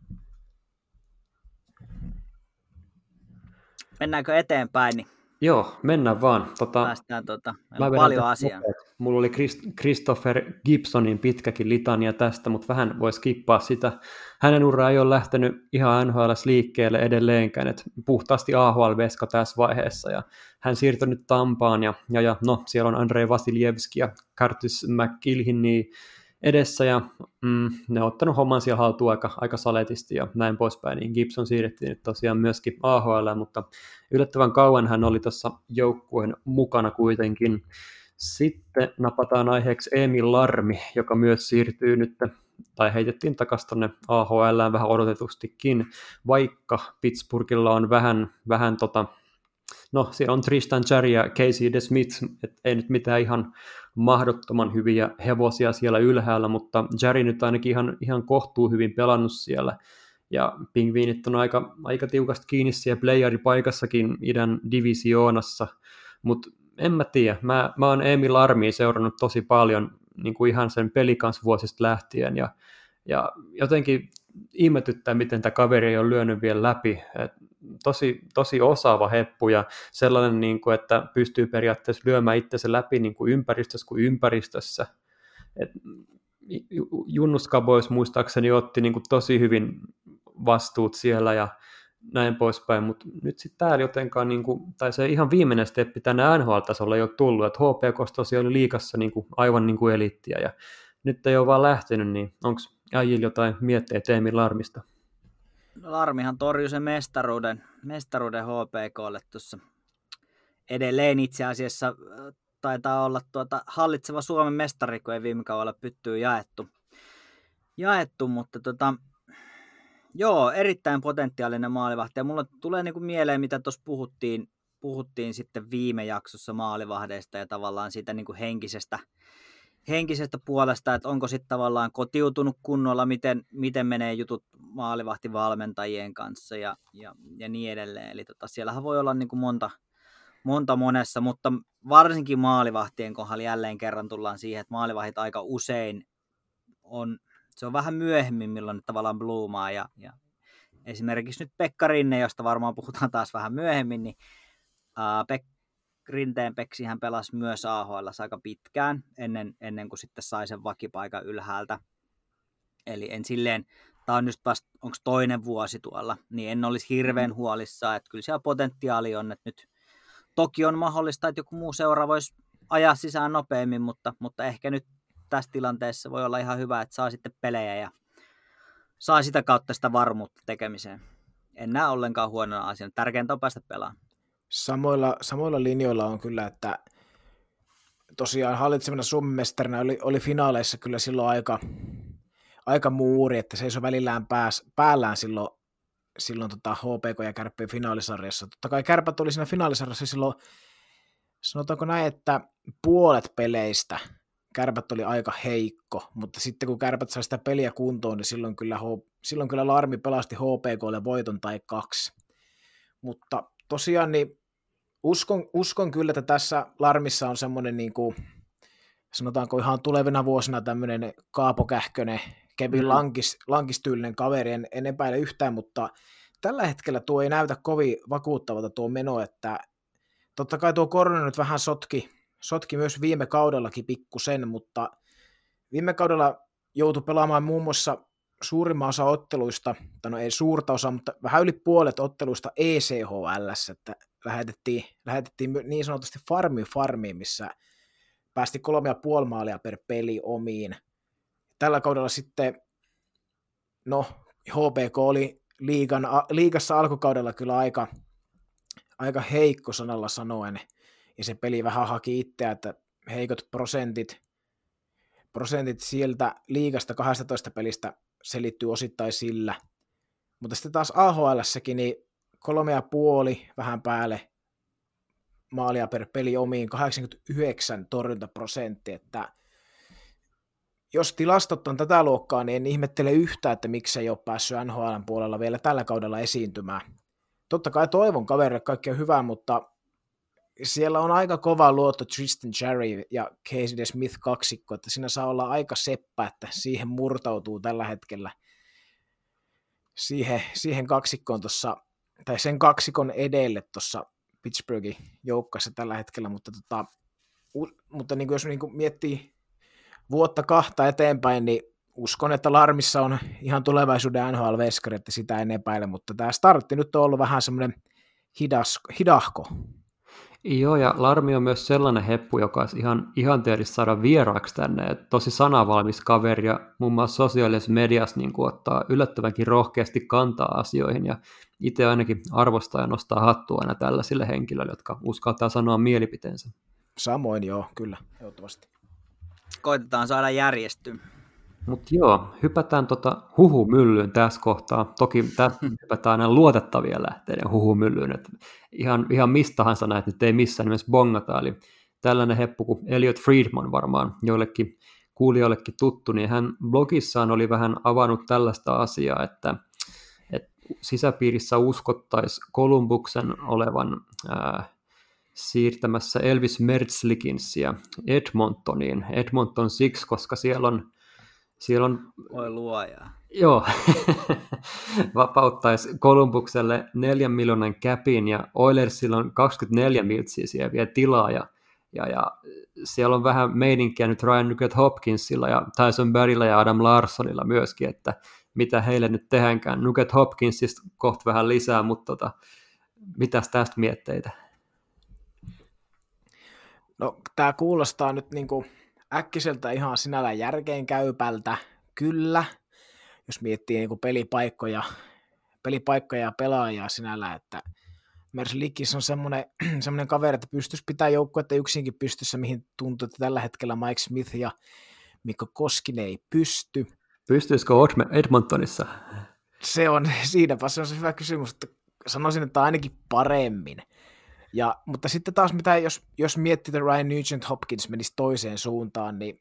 Mennäänkö eteenpäin? Niin joo, mennään vaan. Päästään meillä on paljon asiaa. Mulla oli Christopher Gibsonin pitkäkin litania tästä, mutta vähän voi skippaa sitä. Hänen ura ei ole lähtenyt ihan NHL:ssä liikkeelle edelleenkään, että puhtaasti AHL-veska tässä vaiheessa. Ja hän siirtyi nyt Tampaan ja siellä on Andrei Vasiljevski ja Curtis McIlhinney edessä ja ne on ottanut homman siellä haltuun aika saletisti ja näin poispäin, niin Gibson siirrettiin nyt tosiaan myöskin AHL, mutta yllättävän kauan hän oli tuossa joukkueen mukana kuitenkin. Sitten napataan aiheeksi Emil Larmi, joka myös siirtyy nyt, tai heitettiin takaisin tuonne AHL:ään vähän odotetustikin, vaikka Pittsburghilla on vähän siellä on Tristan Jarry ja Casey DeSmith, ei nyt mitään ihan mahdottoman hyviä hevosia siellä ylhäällä, mutta Jarry nyt ainakin ihan kohtuu hyvin pelannut siellä, ja Pingviinit on aika tiukasti kiinni siellä playeripaikassakin idän divisioonassa, mutta en mä tiedä, mä oon Emil Larmia seurannut tosi paljon niin kuin ihan sen pelikansvuosista lähtien, ja jotenkin ihmetyttää, miten tämä kaveri ei ole lyönyt vielä läpi. Tosi osaava heppu ja sellainen, niin kuin, että pystyy periaatteessa lyömään itsensä läpi niin kuin ympäristössä kuin ympäristössä. Junnus Cowboys muistaakseni otti niin kuin tosi hyvin vastuut siellä ja näin poispäin, mutta nyt sitten täällä jotenkaan, niin kuin, tai se ihan viimeinen steppi tänne NHL-tasolla ei ole tullut, että HPK tosiaan oli liigassa niin kuin, aivan niin kuin eliittiä ja nyt ei ole vaan lähtenyt, niin onko äijillä jotain mietteitä Teemi Larmista? No, Larmihan torjui sen mestaruuden HPKlle tuossa edelleen itse asiassa. Taitaa olla hallitseva Suomen mestari, kun ei viime kaudella pyttyy jaettu, mutta joo, erittäin potentiaalinen maalivahti. Ja mulla tulee niinku mieleen, mitä tuossa puhuttiin sitten viime jaksossa maalivahdeista ja tavallaan siitä niinku henkisestä puolesta, että onko sitten tavallaan kotiutunut kunnolla, miten menee jutut maalivahtivalmentajien kanssa ja niin edelleen. Eli siellähän voi olla niinku monessa, mutta varsinkin maalivahtien kohdalla jälleen kerran tullaan siihen, että maalivahdit aika usein se on vähän myöhemmin, milloin ne tavallaan bloomaa ja esimerkiksi nyt Pekka Rinne, josta varmaan puhutaan taas vähän myöhemmin, niin Rinteen Peksi hän pelasi myös AHL:ssä aika pitkään ennen kuin sitten sai sen vakipaikan ylhäältä. Eli en silleen, tämä on nyt vasta, onko toinen vuosi tuolla, niin en olisi hirveän huolissaan, että kyllä siellä potentiaali on, että nyt toki on mahdollista, että joku muu seura voisi ajaa sisään nopeammin, mutta ehkä nyt tässä tilanteessa voi olla ihan hyvä, että saa sitten pelejä ja saa sitä kautta sitä varmuutta tekemiseen. En näe ollenkaan huonona asiana. Tärkeintä on päästä pelaamaan. Samoilla linjoilla on kyllä, että tosiaan hallitsevana Suomen mestarina oli finaaleissa kyllä silloin aika muuri, että seisoi välillään päällään silloin HPK ja Kärppien finaalisarjassa. Totta kai Kärpät oli siinä finaalisarjassa silloin, sanotaanko näin, että puolet peleistä Kärpät oli aika heikko, mutta sitten kun Kärpät sai sitä peliä kuntoon, niin silloin kyllä Larmi pelasti HPKlle voiton tai 2. Mutta tosiaan niin uskon kyllä, että tässä Larmissa on semmoinen, niin kuin, sanotaanko ihan tulevina vuosina tämmöinen Kaapo Kähkönen, Kevin Lankistyylinen kaveri, en epäile yhtään, mutta tällä hetkellä tuo ei näytä kovin vakuuttavalta tuo meno, että totta kai tuo korona nyt vähän sotki myös viime kaudellakin pikkusen, mutta viime kaudella joutui pelaamaan muun muassa suurimman osa otteluista, tai no ei suurta osaa, mutta vähän yli puolet otteluista ECHL:ssä, että lähetettiin niin sanotusti farmiin, missä päästi 3,5 maalia per peli omiin. Tällä kaudella sitten, no HPK oli liigassa alkukaudella kyllä aika heikko sanalla sanoen, ja se peli vähän haki itseä, että heikot prosentit sieltä liigasta 12 pelistä selittyy osittain sillä. Mutta sitten taas AHL:ssäkin niin 3,5 vähän päälle maalia per peli omiin, 89 torjuntaprosentti, että jos tilastot on tätä luokkaa, niin en ihmettele yhtään, että miksi ei ole päässyt NHL:n puolella vielä tällä kaudella esiintymään. Totta kai toivon kaverille kaikkea hyvää, mutta siellä on aika kova luotto Tristan Jarry ja Casey DeSmith kaksikko, että siinä saa olla aika seppä, että siihen murtautuu tällä hetkellä siihen kaksikkoon tuossa, tai sen kaksikon edelle tuossa Pittsburghin joukkueessa tällä hetkellä, mutta niin kuin jos niin kuin miettii vuotta 2 eteenpäin, niin uskon, että Larmissa on ihan tulevaisuuden NHL-veskari, että sitä en epäile, mutta tämä startti nyt on ollut vähän semmoinen hidahko. Joo, ja Larmi on myös sellainen heppu, joka olisi ihan ihanteellista saada vieraaksi tänne. Et tosi sanavalmis kaveri ja muun muassa sosiaalisessa mediassa niin ottaa yllättävänkin rohkeasti kantaa asioihin. Ja itse ainakin arvostaa ja nostaa hattua aina tällaisille henkilöille, jotka uskaltaa sanoa mielipiteensä. Samoin joo, kyllä, ehdottomasti. Koitetaan saada järjestyä. Mutta joo, hypätään huhumyllyyn tässä kohtaa. Toki tässä hypätään aina luotettavia lähteiden huhumyllyyn. Et ihan mistahansa näet, nyt ei missään nimessä bongata. Eli tällainen heppu kuin Elliot Friedman varmaan joillekin kuulijoillekin tuttu, niin hän blogissaan oli vähän avannut tällaista asiaa, että sisäpiirissä uskottaisiin Columbuksen olevan siirtämässä Elvis Merzlikinsia Edmontoniin. Edmonton siksi, koska siellä on Oi luoja. joo, vapauttaisi Columbukselle 4 miljoonan capin ja Oilersilla on 24 miltsiä siellä vielä tilaa ja siellä on vähän meininkiä nyt Ryan Nugent-Hopkinsilla ja Tyson Barrylla ja Adam Larsonilla myöskin, että mitä heille nyt tehdäänkään. Nugent-Hopkinsista kohta vähän lisää, mutta mitäs tästä mietteitä? No, tämä kuulostaa nyt niinku äkkiseltä ihan sinällään järkeenkäypältä, kyllä, jos miettii niinku pelipaikkoja ja pelaajaa sinällään, että Merzlikis on semmoinen kaveri, että pystyisi pitää joukkuetta yksinkin pystyssä, mihin tuntuu, että tällä hetkellä Mike Smith ja Mikko Koskinen ei pysty. Pystyisikö Edmontonissa? Siinäpä se on se hyvä kysymys, että sanoisin, että ainakin paremmin. Mutta sitten taas, jos miettii, että Ryan Nugent-Hopkins menisi toiseen suuntaan, niin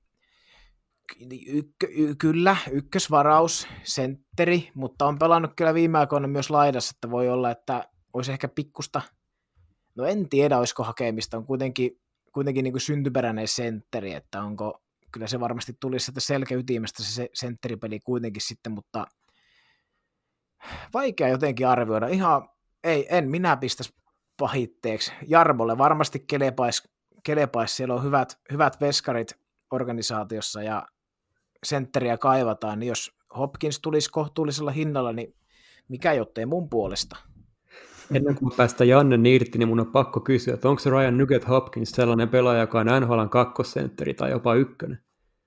kyllä, ykkösvaraus, sentteri, mutta on pelannut kyllä viime aikoina myös laidassa, että voi olla, että olisi ehkä pikkusta, no en tiedä, olisiko hakemista, on kuitenkin niin kuin syntyperäinen sentteri, että kyllä se varmasti tulisi sieltä selkäytimestä se sentteripeli kuitenkin sitten, mutta vaikea jotenkin arvioida, en minä pistäisi pahitteeksi. Jarmolle varmasti kelepais, siellä on hyvät veskarit organisaatiossa ja sentteriä kaivataan, niin jos Hopkins tulisi kohtuullisella hinnalla, niin mikä jottei mun puolesta. Ennen kuin päästään Jannen irti, niin mun on pakko kysyä, että onko se Ryan Nugent-Hopkins sellainen pelaaja, joka on NHL:n kakkosentteri tai jopa ykkönen?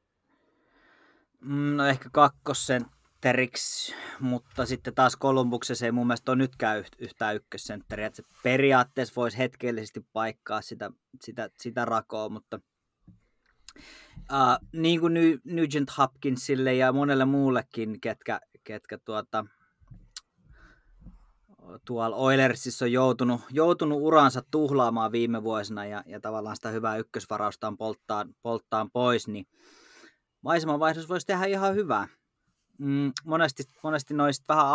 No ehkä kakkosentteriksi, mutta sitten taas Columbuksessa ei mun mielestä ole nytkään yhtään ykkössentteriä, että se periaatteessa voisi hetkellisesti paikkaa sitä rakoa, mutta niin kuin Nugent Hopkinsille ja monelle muullekin, ketkä tuolla Oilersissa on joutunut uransa tuhlaamaan viime vuosina ja tavallaan sitä hyvää ykkösvaraustaan polttaan pois, niin maisemanvaihdos voisi tehdä ihan hyvää. Monesti noista vähän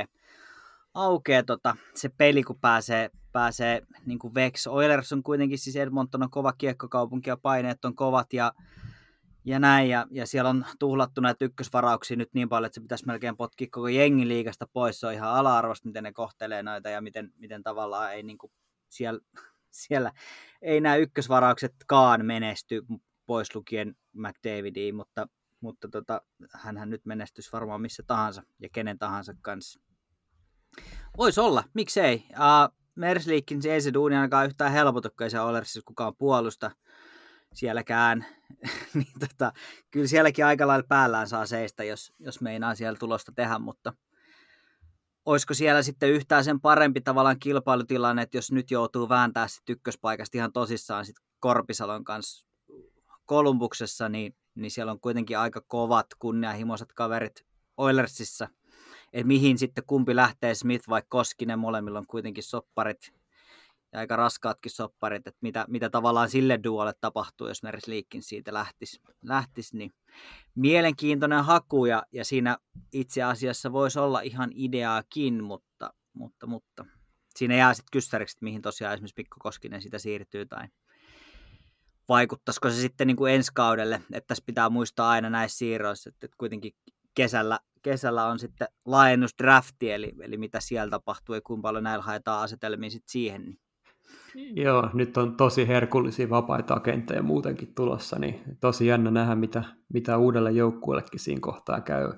aukeaa se peli, kun pääsee niin kuin Vex. Oilers on kuitenkin, siis Edmonton on kova kiekkokaupunki ja paineet on kovat ja näin, ja siellä on tuhlattu näitä ykkösvarauksia nyt niin paljon, että se pitäisi melkein potkia koko jengi liigasta pois. Se on ihan ala-arvosta, miten ne kohtelee noita ja miten tavallaan ei niin kuin siellä ei nämä ykkösvarauksetkaan menesty pois lukien McDavidiin, mutta hänhän nyt menestyisi varmaan missä tahansa ja kenen tahansa kanssa. Voisi olla, miksei. Merzlikin ei se duuni ainakaan yhtään helpotu, kun ei se Oilersissa kukaan puolusta sielläkään. Niin kyllä sielläkin aika lailla päällään saa seistä, jos meinaa siellä tulosta tehdä, mutta olisiko siellä sitten yhtään sen parempi tavallaan kilpailutilanne, että jos nyt joutuu vääntää sitten ykköspaikasta ihan tosissaan sitten Korpisalon kanssa Columbuksessa, niin siellä on kuitenkin aika kovat kunnianhimoiset kaverit Oilersissa, että mihin sitten kumpi lähtee, Smith vai Koskinen, molemmilla on kuitenkin sopparit ja aika raskaatkin sopparit, että mitä tavallaan sille duolle tapahtuu, jos Merzlikin siitä lähtisi, niin mielenkiintoinen haku ja siinä itse asiassa voisi olla ihan ideaakin, mutta siinä jää sitten kyssäreksi, että mihin tosiaan esimerkiksi Mikko Koskinen siitä siirtyy tai vaikuttaisiko se sitten niin kuin ensi kaudelle, että tässä pitää muistaa aina näissä siirroissa, että kuitenkin kesällä on sitten laajennusdrafti, eli mitä siellä tapahtuu ja kuinka paljon näillä haetaan asetelmiin sitten siihen. Niin. Joo, nyt on tosi herkullisia vapaita agentteja muutenkin tulossa, niin tosi jännä nähdä, mitä uudelle joukkueellekin siinä kohtaa käy.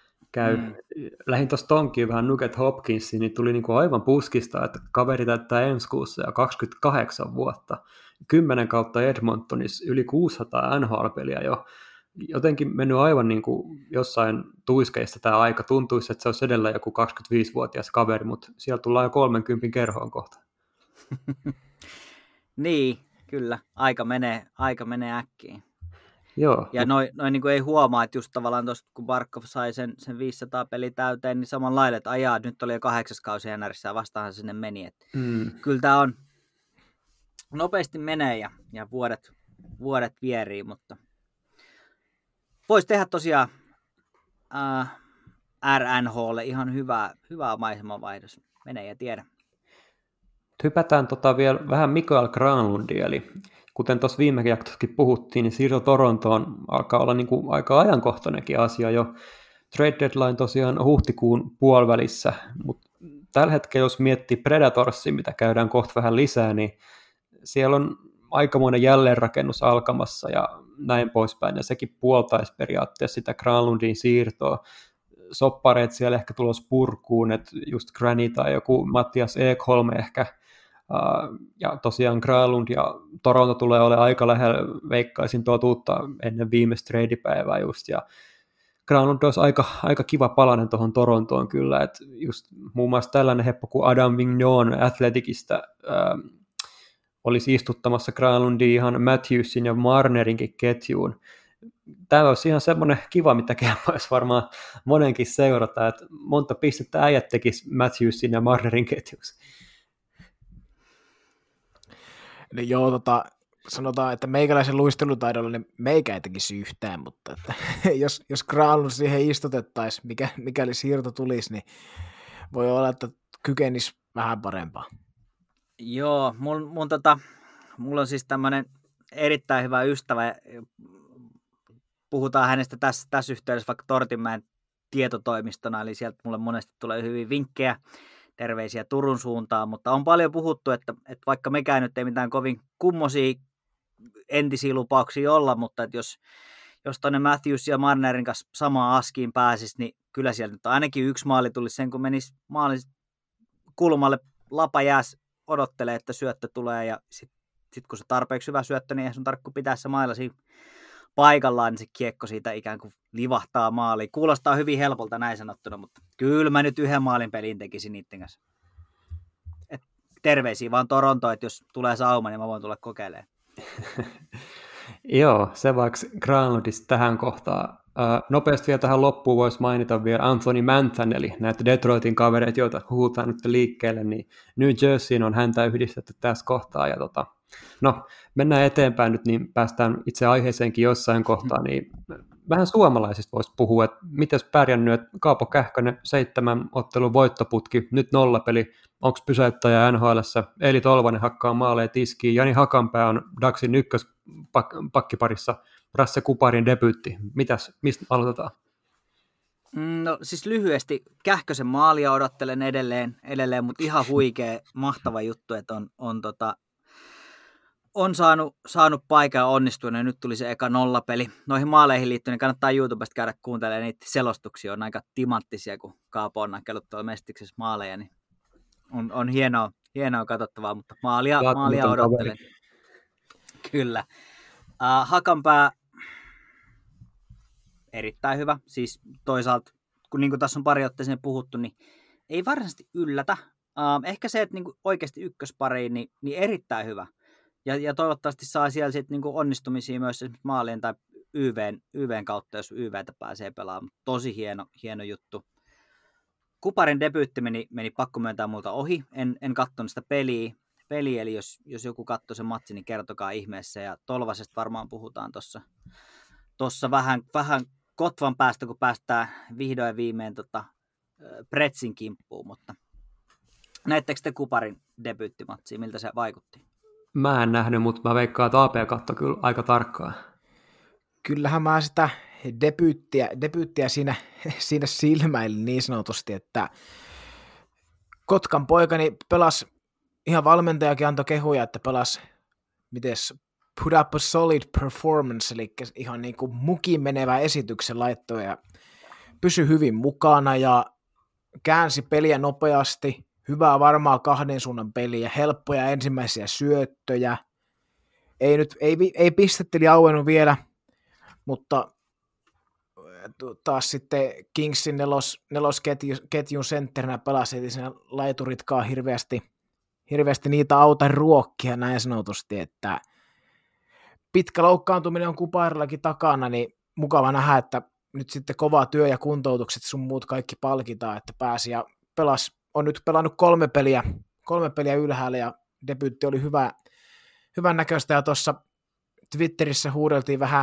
Lähin tuossa tonkiin vähän Nugent-Hopkinsiin, niin tuli niinku aivan puskista, että kaveri täyttää ensi kuussa ja 28 vuotta. 10 kautta Edmontonissa, yli 600 NHL-peliä jo. Jotenkin mennyt aivan niin kuin jossain tuiskeissa tämä aika. Tuntuisi, että se olisi edellä joku 25-vuotias kaveri, mutta siellä tullaan jo 30 kerhoon kohta. Niin, kyllä. Aika menee äkkiin. Joo. Ja noin niin kuin ei huomaa, että just tavallaan tuosta, kun Barkov sai sen 500 peli täyteen, niin saman lailla, että ajaa, nyt oli jo 8 kausi NRissä ja vastahan sinne meni. Kyllä tämä on nopeasti menee ja vuodet vierii, mutta voisi tehdä tosiaan RNHlle ihan hyvää maisemanvaihdos. Menee ja tiedä. Hypätään vielä vähän Mikael Granlundiin, eli kuten tuossa viime jaksossakin puhuttiin, niin siirto Torontoon alkaa olla niin kuin aika ajankohtainenkin asia jo. Trade deadline tosiaan huhtikuun puolivälissä, mutta tällä hetkellä jos miettii Predatorsia, mitä käydään kohta vähän lisää, niin siellä on aikamoinen jälleenrakennus alkamassa ja näin poispäin, ja sekin puoltaisi periaatteessa sitä Granlundin siirtoa. Soppareet siellä ehkä tulos purkuun, että just Granny tai joku Mattias Ekholm ehkä, ja tosiaan Granlund ja Toronto tulee olemaan aika lähellä, veikkaisin totuutta ennen viimeistä treidipäivää just, ja Granlund olisi aika kiva palanen tuohon Torontoon kyllä, että just muun muassa tällainen heppo kuin Adam Vignon Athleticista olisi istuttamassa Granlundin ihan Matthewsin ja Marnerinkin ketjuun. Tämä olisi ihan semmoinen kiva, mitä kelpaisi varmaan monenkin seurata, että monta pistettä äijät tekisi Matthewsin ja Marnerin ketjuksi. No joo, sanotaan, että meikäläisen luistelutaidolla niin meikä ei tekisi yhtään, mutta että jos Granlund siihen istutettaisiin, mikäli siirto tulisi, niin voi olla, että kykenisi vähän parempaa. Joo, mulla on siis tämmöinen erittäin hyvä ystävä, puhutaan hänestä tässä yhteydessä vaikka Tortinmäen tietotoimistona, eli sieltä mulle monesti tulee hyvin vinkkejä, terveisiä Turun suuntaan, mutta on paljon puhuttu, että vaikka mekään nyt ei mitään kovin kummosia entisiä lupauksia olla, mutta että jos tuonne Matthews ja Marnerin kanssa samaan askiin pääsisi, niin kyllä sieltä nyt ainakin yksi maali tulisi sen, kun menisi maalin kulmalle, lapa jääs odottelee, että syöttö tulee, ja sitten kun se tarpeeksi hyvä syöttö, niin ei sun tarkku pitää se mailla siinä paikallaan, niin se kiekko siitä ikään kuin livahtaa maaliin. Kuulostaa hyvin helpolta näin sanottuna, mutta kyllä mä nyt yhden maalin pelin tekisin niiden kanssa. Et terveisiä vaan Torontoon, että jos tulee sauma, niin mä voin tulla kokeilemaan. Joo, se vaikka Granlundista tähän kohtaan. Nopeasti vielä tähän loppuun voisi mainita vielä Anthony Manthan, eli näitä Detroitin kavereita, joita huutaan nyt liikkeelle, niin New Jerseyin on häntä yhdistetty tässä kohtaa, ja no, mennään eteenpäin nyt, niin päästään itse aiheeseenkin jossain kohtaa, niin vähän suomalaisista voisi puhua, että miten pärjännyt, että Kaapo Kähkönen 7 ottelun voittoputki, nyt 0 peli, onko pysäyttäjä NHL:ssä, Eli Tolvanen hakkaa maaleja tiskiin, Jani Hakanpää on Daxin ykköspakkiparissa, Rasse Kuparin debyytti, mistä aloitetaan? No siis lyhyesti, Kähkösen maalia odottelen edelleen, mutta ihan huikea, mahtava juttu, että on saanut paikan ja onnistunut, ja nyt tuli se eka 0-peli. Noihin maaleihin liittyen niin kannattaa YouTubesta käydä kuuntelemaan, niitä selostuksia on aika timanttisia, kun Kaapo on nakellut tuolla Mestiksessä maaleja, niin on hienoa katsottavaa, mutta maalia odottelen. Kyllä. Hakanpää, erittäin hyvä, siis toisaalta, kun niin kuin tässä on pari otteeseen puhuttu, niin ei varsinaisesti yllätä. Ehkä se, että niin kuin oikeasti ykköspariin, niin erittäin hyvä. Ja toivottavasti saa siellä sitten niinku onnistumisia myös esimerkiksi maalien tai YVn kautta, jos YVtä pääsee pelaamaan. Tosi hieno juttu. Kuparin debyytti meni pakko myöntää multa ohi. En katsonut sitä peliä, eli jos joku katsoi sen matsin, niin kertokaa ihmeessä. Ja Tolvasesta varmaan puhutaan tuossa vähän kotvan päästä, kun päästään vihdoin viimein Pretsin kimppuun. Mutta näettekö te Kuparin debyyttimatsia, miltä se vaikutti? Mä en nähnyt, mutta mä veikkaan, että AP katsoi kyllä aika tarkkaan. Kyllähän mä sitä debyyttiä siinä silmäilin niin sanotusti, että Kotkan poikani pelasi, ihan valmentajakin antoi kehuja, että pelasi, put up a solid performance, eli ihan niin kuin mukiin menevä esityksen laittoi ja pysyi hyvin mukana ja käänsi peliä nopeasti. Hyvää varmaa kahden suunnan peliä, helppoja ensimmäisiä syöttöjä. Ei pistetteli auennut vielä, mutta taas sitten Kingsin nelosketjun sentterinä pelasi, eli siinä laituritkaan hirveästi niitä auta ruokkia näin sanotusti, että pitkä loukkaantuminen on Kuparillakin takana, niin mukava nähdä, että nyt sitten kova työ ja kuntoutukset sun muut kaikki palkitaan, että pääsi ja on nyt pelannut 3 peliä ylhäällä ja debyytti oli hyvän näköistä ja tuossa Twitterissä huudeltiin vähän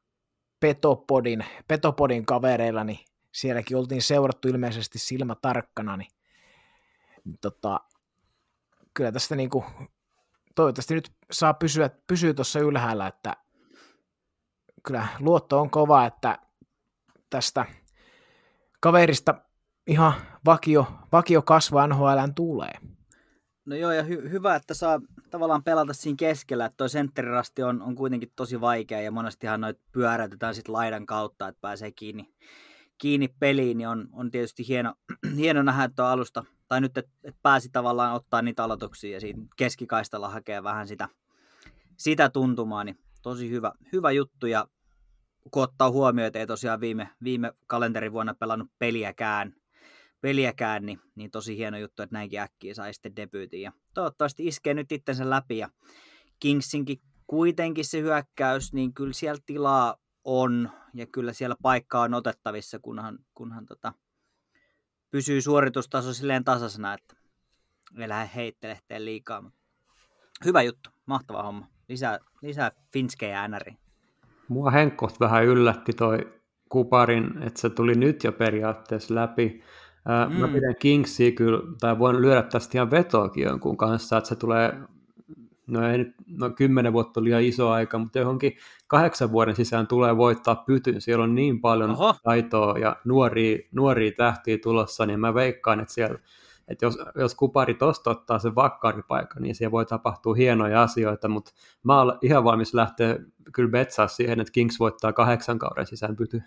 Petopodin kavereilla, niin sielläkin oltiin seurattu ilmeisesti silmä tarkkana, niin kyllä tästä niinku, toivottavasti nyt saa pysyä tuossa ylhäällä, että kyllä luotto on kova, että tästä kaverista ihan vakio kasvaa NHL:n tulee. No joo, ja hyvä, että saa tavallaan pelata siinä keskellä, että toi sentterirasti on kuitenkin tosi vaikea, ja monestihan noita pyöräytetään sitten laidan kautta, että pääsee kiinni peliin, niin on tietysti hieno nähdä, että alusta, tai nyt, että pääsi tavallaan ottaa niitä aloituksia, ja siinä keskikaistalla hakee vähän sitä tuntumaa, niin tosi hyvä juttu, ja kun ottaa huomioon, että ei tosiaan viime kalenterivuonna pelannut peliäkään niin tosi hieno juttu, että näinkin äkkiä sai sitten debyytin. Ja toivottavasti iskee nyt itsensä läpi. Ja Kingsinkin kuitenkin se hyökkäys, niin kyllä siellä tilaa on ja kyllä siellä paikkaa on otettavissa, kunhan pysyy suoritustaso silleen tasaisena, että ei lähde heittelehteen liikaa. Hyvä juttu, mahtava homma. Lisää finskejä NRiin. Mua henkkoht vähän yllätti toi Kuparin, että se tuli nyt jo periaatteessa läpi. Mä pidän Kingsia kyllä, tai voin lyödä tästä ihan vetoakin jonkun kanssa, että se tulee, ei nyt, 10 vuotta liian iso aika, mutta johonkin 8 vuoden sisään tulee voittaa pytyn. Siellä on niin paljon taitoa ja nuoria tähtiä tulossa, niin mä veikkaan, että siellä, että jos Kupari tosta ottaa sen vakkaripaikan, niin siellä voi tapahtua hienoja asioita, mutta mä olen ihan valmis lähteä kyllä betsaa siihen, että Kings voittaa 8 kauden sisään pyty.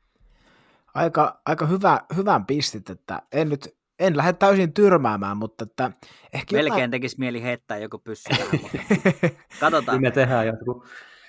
Aika hyvän pistit, että en lähde täysin tyrmäämään, mutta että ehkä melkein tekisi mieli heittää joku pyssy. Katsotaan. Me tehdään joku.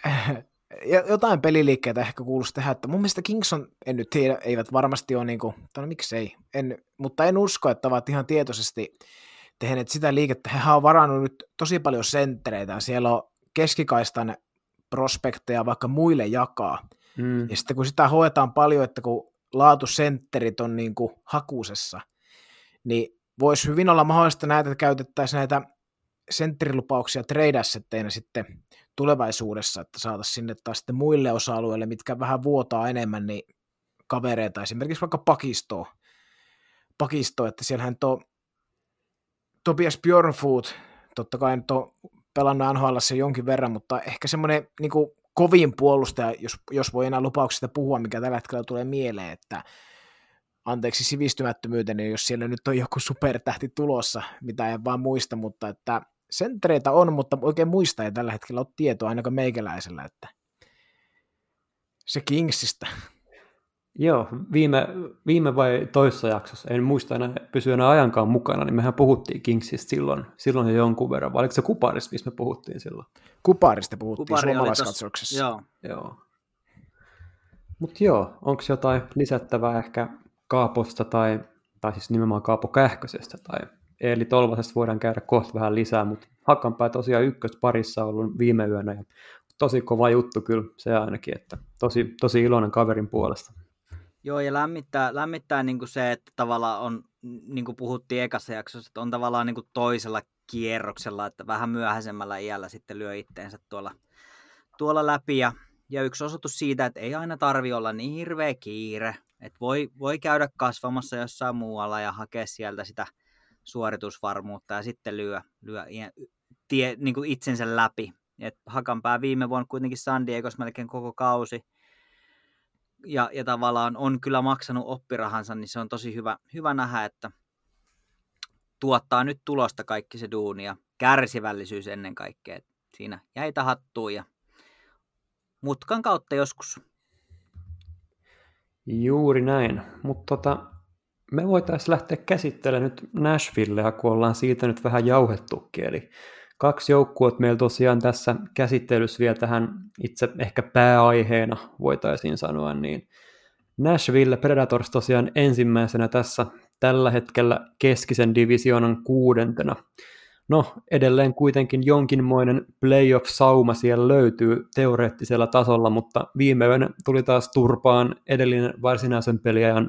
Jotain peliliikkeitä ehkä kuuluisi tehdä, että mun mielestä Kings on, en nyt tiedä, eivät varmasti ole no miksei, mutta en usko, että ovat ihan tietoisesti tehneet sitä liikettä. Hehän on varannut nyt tosi paljon senttereitä, siellä on keskikaistan prospekteja vaikka muille jakaa, ja sitten kun sitä hoetaan paljon, että kun laatusentterit on niin kuin hakusessa, niin voisi hyvin olla mahdollista näitä, että käytettäisiin näitä sentterilupauksia trade-assetteinä sitten tulevaisuudessa, että saataisiin sinne taas sitten muille osa-alueille, mitkä vähän vuotaa enemmän, niin kavereita, esimerkiksi vaikka pakisto, että siellähän Tobias Björnfoot, totta kai nyt on pelannut NHL:ssä jonkin verran, mutta ehkä semmoinen niin kuin kovin puolustaja, jos voi enää lupauksista puhua, mikä tällä hetkellä tulee mieleen, että anteeksi sivistymättömyyteni, jos siellä nyt on joku supertähti tulossa, mitä en vaan muista, mutta että senttereitä on, mutta oikein muista ei tällä hetkellä ole tietoa ainakaan meikäläisellä, että se Kingsistä. Joo, viime vai toissa jaksossa, en muista enää pysy enää ajankaan mukana, niin mehän puhuttiin Kingsistä silloin jo jonkun verran, vai oliko se Kuparista, missä me puhuttiin silloin? Kuparista puhuttiin suomalaiskatsauksessa. Joo. Mutta joo, onko jotain lisättävää ehkä Kaaposta tai siis nimenomaan Kaapo Kähkösestä tai Eeli Tolvasesta voidaan käydä kohta vähän lisää, mutta Hakanpää tosiaan ykkösparissa on ollut viime yönä ja tosi kova juttu kyllä se ainakin, että tosi iloinen kaverin puolesta. Joo, ja lämmittää niin kuin se, että tavallaan on, niin kuin puhuttiin ekassa jaksossa, että on tavallaan niin kuin toisella kierroksella, että vähän myöhäisemmällä iällä sitten lyö itteensä tuolla läpi. Ja yksi osoitus siitä, että ei aina tarvi olla niin hirveä kiire, että voi käydä kasvamassa jossain muualla ja hakea sieltä sitä suoritusvarmuutta ja sitten lyö niin kuin itsensä läpi. Et Hakanpää viime vuonna kuitenkin San Diegossa melkein koko kausi. Ja tavallaan on kyllä maksanut oppirahansa, niin se on tosi hyvä nähdä, että tuottaa nyt tulosta kaikki se duuni ja kärsivällisyys ennen kaikkea. Et siinä jäitä hattuun ja mutkan kautta joskus. Juuri näin, mutta me voitaisiin lähteä käsittelemään nyt Nashvillea, kun ollaan siitä nyt vähän jauhettukin. Eli 2 joukkuetta meillä tosiaan tässä käsittelyssä vielä tähän itse ehkä pääaiheena voitaisiin sanoa, niin Nashville Predators tosiaan ensimmäisenä tässä tällä hetkellä keskisen divisioonan 6. No, edelleen kuitenkin jonkinmoinen playoff-sauma siellä löytyy teoreettisella tasolla, mutta viime yönä tuli taas turpaan edellinen varsinaisen peliajan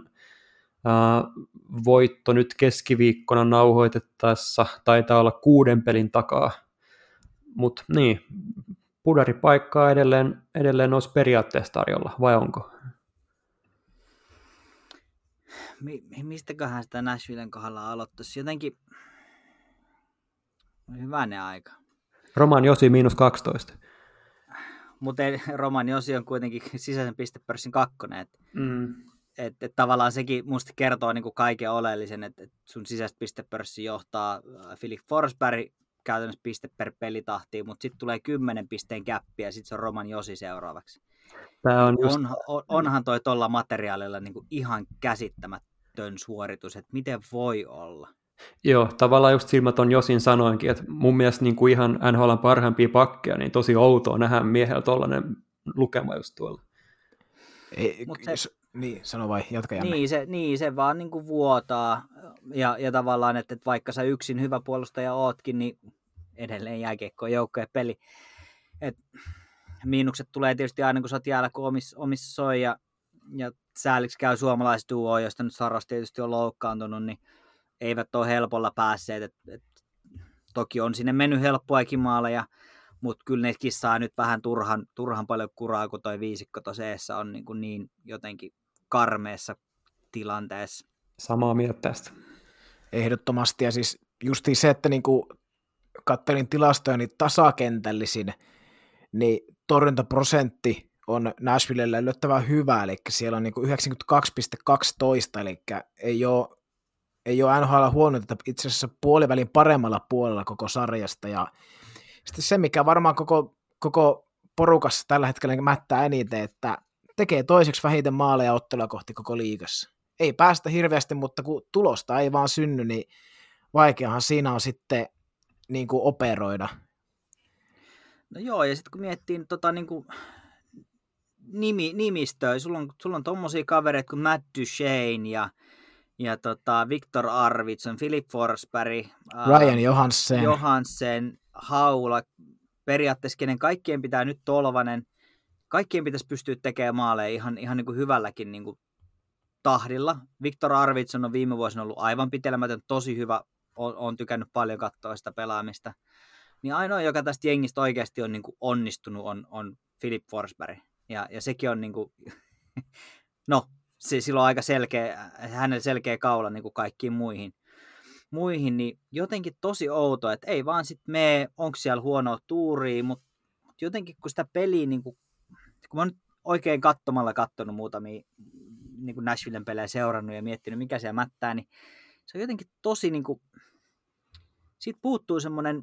voitto nyt keskiviikkona nauhoitettaessa, taitaa olla 6 pelin takaa, mutta niin, pudaripaikkaa edelleen olisi periaatteessa tarjolla, vai onko? Mistäköhän sitä Nashvillen kohdalla aloittaisi? Jotenkin Hyvänen aika. Roman Josi -12. Mutta Roman Josi on kuitenkin sisäisen pistepörssin 2. Että tavallaan sekin musta kertoo niin kuin kaiken oleellisen, että sun sisäistä pistepörssi johtaa Filip Forsberg käytännössä piste per pelitahtiin, mutta sitten tulee 10 pisteen käppi ja sitten se on Roman Josi seuraavaksi. Onhan toi tuolla materiaalilla niin kuin ihan käsittämätön suoritus, että miten voi olla. Joo, tavallaan just silmäton Josin sanoinkin, että mun mielestä niin kuin ihan NHL:n parhaimpia pakkeja, niin tosi outoa nähdä miehellä tollainen lukema just tuolla. Niin, sano vai, jatka Janne. Se vaan niin kuin vuotaa, ja tavallaan, että vaikka sä yksin hyvä puolustaja ootkin, niin edelleen jääkiekko on joukkojen peli. Et miinukset tulee tietysti aina, kun sä oot jäällä, kun omissa soi, ja sääliksi käy suomalaisduo, josta nyt Saros tietysti on loukkaantunut, niin eivät ole helpolla päässeet. Toki on sinne mennyt helppoakin maaleja, mutta kyllä nekin saa nyt vähän turhan paljon kuraa, kun toi viisikko toseessa on niin jotenkin karmeessa tilanteessa. Samaa mieltä tästä. Ehdottomasti, ja siis justiin se, että niinku katselin tilastoja niin tasakentällisin, niin torjuntaprosentti on Nashvillellä yllättävän hyvä, eli siellä on niinku 92,12, eli ei ole NHL huonoita, itse asiassa puolivälin paremmalla puolella koko sarjasta, ja sitten se, mikä varmaan koko porukassa tällä hetkellä mättää eniten, että tekee toiseksi vähiten maaleja ottelua kohti koko liigassa. Ei päästä hirveästi, mutta kun tulosta ei vaan synny, niin vaikeahan siinä on sitten niin kuin operoida. No joo, ja sitten kun miettii niin kuin nimistöä, sulla on tommosia kavereita kuin Matt Duchene ja Victor Arvidsson, Filip Forsberg, Ryan Johansen, Haula, periaatteessa kenen kaikkien pitää nyt Tolvanen, kaikkien pitäisi pystyä tekemään maaleja ihan niin kuin hyvälläkin niin kuin tahdilla. Victor Arvidsson on viime vuosina ollut aivan pitelemätön, tosi hyvä, on tykännyt paljon katsoa sitä pelaamista. Niin ainoa, joka tästä jengistä oikeasti on niin kuin onnistunut, on Filip Forsberg. Ja sekin on niin kuin, no, sillä on aika hänellä selkeä kaula niin kuin kaikkiin muihin, niin jotenkin tosi outoa, että ei vaan sitten mene, onko siellä huonoa tuuria, mutta jotenkin kun sitä peliä, niin kun mä oon nyt oikein katsomalla katsonut muutamia niin kuin Nashvillen pelejä seurannut ja miettinyt, mikä siellä mättää, niin se on jotenkin tosi, niin kuin, siitä puuttuu semmoinen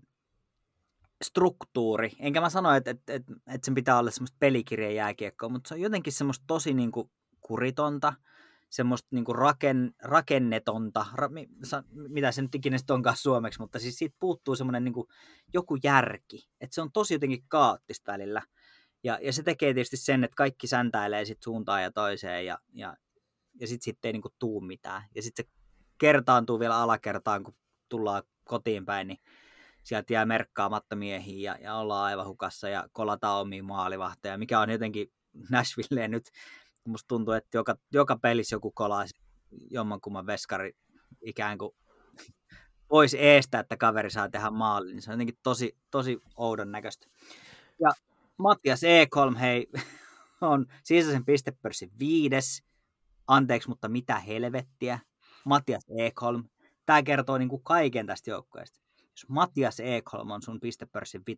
struktuuri, enkä mä sano, että sen pitää olla semmoista pelikirjan jääkiekkoa, mutta se on jotenkin semmoista tosi niin kuin kuritonta, semmoista niinku rakennetonta, mitä se nyt ikinä onkaan suomeksi, mutta siis siitä puuttuu semmoinen niinku joku järki, että se on tosi jotenkin kaoottista välillä. Ja se tekee tietysti sen, että kaikki säntäilee sit suuntaan ja toiseen ja sitten ei niinku tuu mitään. Ja sitten se kertaantuu vielä alakertaan, kun tullaan kotiin päin, niin sieltä jää merkkaamatta miehiä ja ollaan aivan hukassa ja kolataan omia maalivahteja, mikä on jotenkin Nashvilleen nyt. Musta tuntuu, että joka pelissä joku kolaisi jommankumman veskari ikään kuin pois eestä, että kaveri saa tehdä maalin. Se on jotenkin tosi oudon näköistä. Ja Mattias Ekholm, hei, on sisäisen pistepörssin 5. Anteeksi, mutta mitä helvettiä. Mattias Ekholm. Tämä kertoo niin kuin kaiken tästä joukkueesta. Jos Mattias Ekholm on sun pistepörssin 5.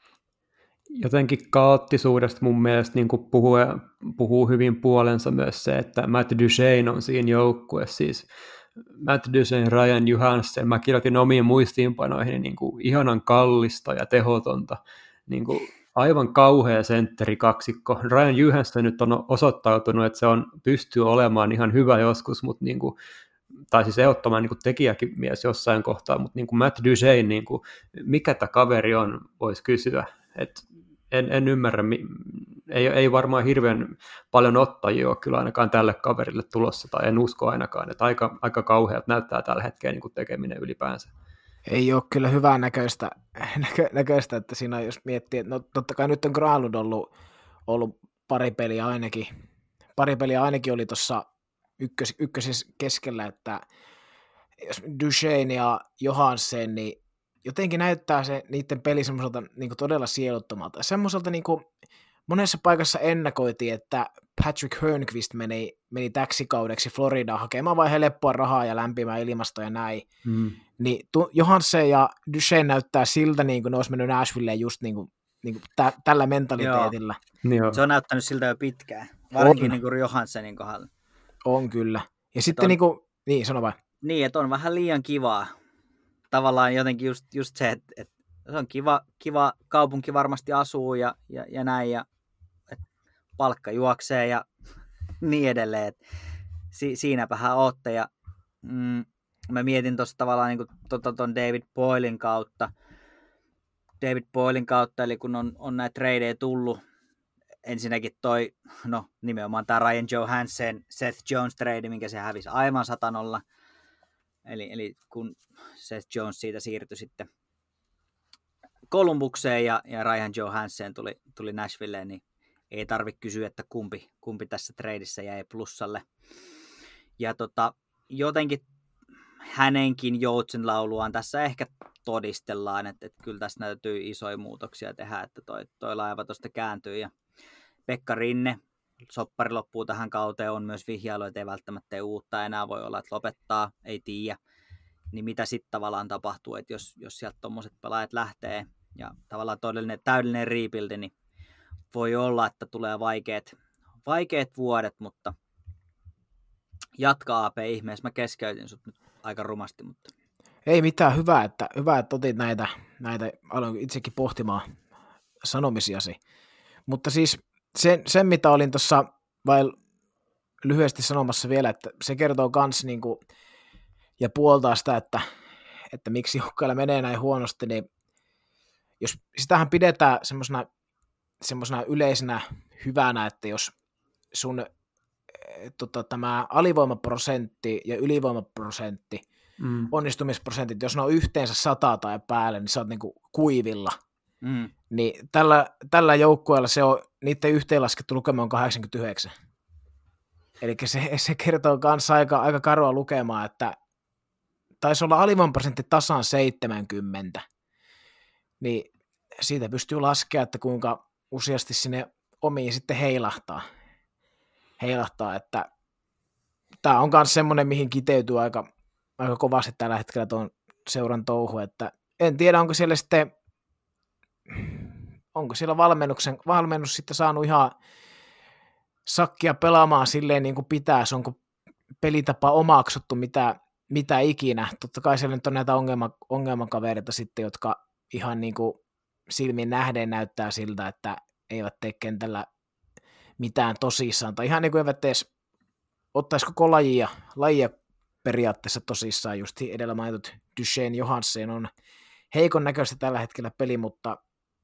Jotenkin kaoottisuudesta mun mielestä niin kuin puhuu hyvin puolensa myös se, että Matt Duchene on siinä joukkueessa. Siis Matt Duchene, Ryan Johansen, mä kirjoitin omiin muistiinpanoihin niin kuin ihanan kallista ja tehotonta. Niin kuin aivan kauhea sentterikaksikko. Ryan Johansen nyt on osoittautunut, että se pystyy olemaan ihan hyvä joskus, mutta niin kuin, tai siis ehdottomaan niin kuin tekijäkin mies jossain kohtaa, mutta niin kuin Matt Duchene, niin kuin, mikä tämä kaveri on, voisi kysyä. Et en ymmärrä, ei varmaan hirveän paljon ottajia ole kyllä ainakaan tälle kaverille tulossa, tai en usko ainakaan, että aika kauheat näyttää tällä hetkellä niin kuin tekeminen ylipäänsä. Ei ole kyllä hyvää näköistä, että siinä jos miettii, että no totta kai nyt on Granlund ollut pari peliä ainakin oli tuossa ykkösessä keskellä, että jos Duchene ja Johansen, niin jotenkin näyttää se niiden peli semmoiselta niin todella sieluttomalta. Semmoiselta niin monessa paikassa ennakoitiin, että Patrick Hörnqvist meni täksi kaudeksi Floridaan hakemaan vaan helppoa rahaa ja lämpimää ilmastoa ja näin. Niin Johansson ja Duchene näyttää siltä, niin kuin ne olisi mennyt Nashvilleen just niin kuin tällä mentaliteetillä. Joo. Se on näyttänyt siltä jo pitkään, varsinkin niin kuin Johanssonin kohdalla. On kyllä. Ja sitten niin sano vaan. Niin, että on vähän liian kivaa. Tavallaan jotenkin just se, että se on kiva kaupunki varmasti asuu ja näin, ja että palkka juoksee ja niin edelleen. Siinäpähän ootte. Ja, mä mietin tuossa tavallaan niin ton David Boylen kautta, eli kun on näitä tradeja tullut, ensinnäkin nimenomaan tämä Ryan Johansen, Seth Jones trade, minkä se hävisi aivan 100-0. Eli kun Seth Jones siitä siirtyi sitten Columbukseen ja Ryan Johansen tuli Nashvilleen, niin ei tarvitse kysyä, että kumpi tässä tradeissa jäi plussalle. Ja jotenkin hänenkin joutsenlauluaan tässä ehkä todistellaan, että kyllä tässä täytyy isoja muutoksia tehdä, että toi laiva tuosta kääntyy. Ja Pekka Rinne, soppari loppuu tähän kauteen, on myös vihjailu, että ei välttämättä uutta enää voi olla, että lopettaa, ei tiedä. Niin mitä sitten tavallaan tapahtuu, että jos sieltä tuommoiset pelaajat lähtee ja tavallaan täydellinen rebuildi, niin voi olla, että tulee vaikeat vuodet, mutta jatka AP ihmeessä. Mä keskeytin sut nyt aika rumasti, mutta... Ei mitään, hyvä, että otit näitä aloin itsekin pohtimaan sanomisiasi. Mutta siis sen mitä olin tuossa vain lyhyesti sanomassa vielä, että se kertoo kans niinku, ja puoltaa sitä, että miksi joukkueella menee näin huonosti, niin jos sitähän pidetään semmoisena yleisenä hyvänä, että jos sun tämä alivoimaprosentti ja ylivoimaprosentti, onnistumisprosentit, jos ne on yhteensä 100 tai päälle, niin sä oot niinku kuivilla. Niin tällä joukkueella se on, niiden yhteenlaskettu lukema on 89. Eli se kertoo kanssa aika karua lukemaa, että taisi olla alivoimaprosentti tasan 70. Niin siitä pystyy laskemaan, että kuinka useasti sinne omiin sitten heilahtaa, että tämä on myös semmoinen, mihin kiteytyy aika kovasti tällä hetkellä tuon seuran touhu, että en tiedä, onko siellä valmennus sitten saanut ihan sakkia pelaamaan silleen niin kuin pitäisi, onko pelitapa omaksuttu mitä ikinä. Totta kai siellä nyt on näitä ongelmakavereita sitten, jotka ihan niin kuin silmin nähden näyttää siltä, että eivät tee kentällä mitään tosissaan, tai ihan niin kuin eivät edes ottaisi koko lajia periaatteessa tosissaan, just edellä mainitut Duchene Johansson on heikon näköistä tällä hetkellä peli, mutta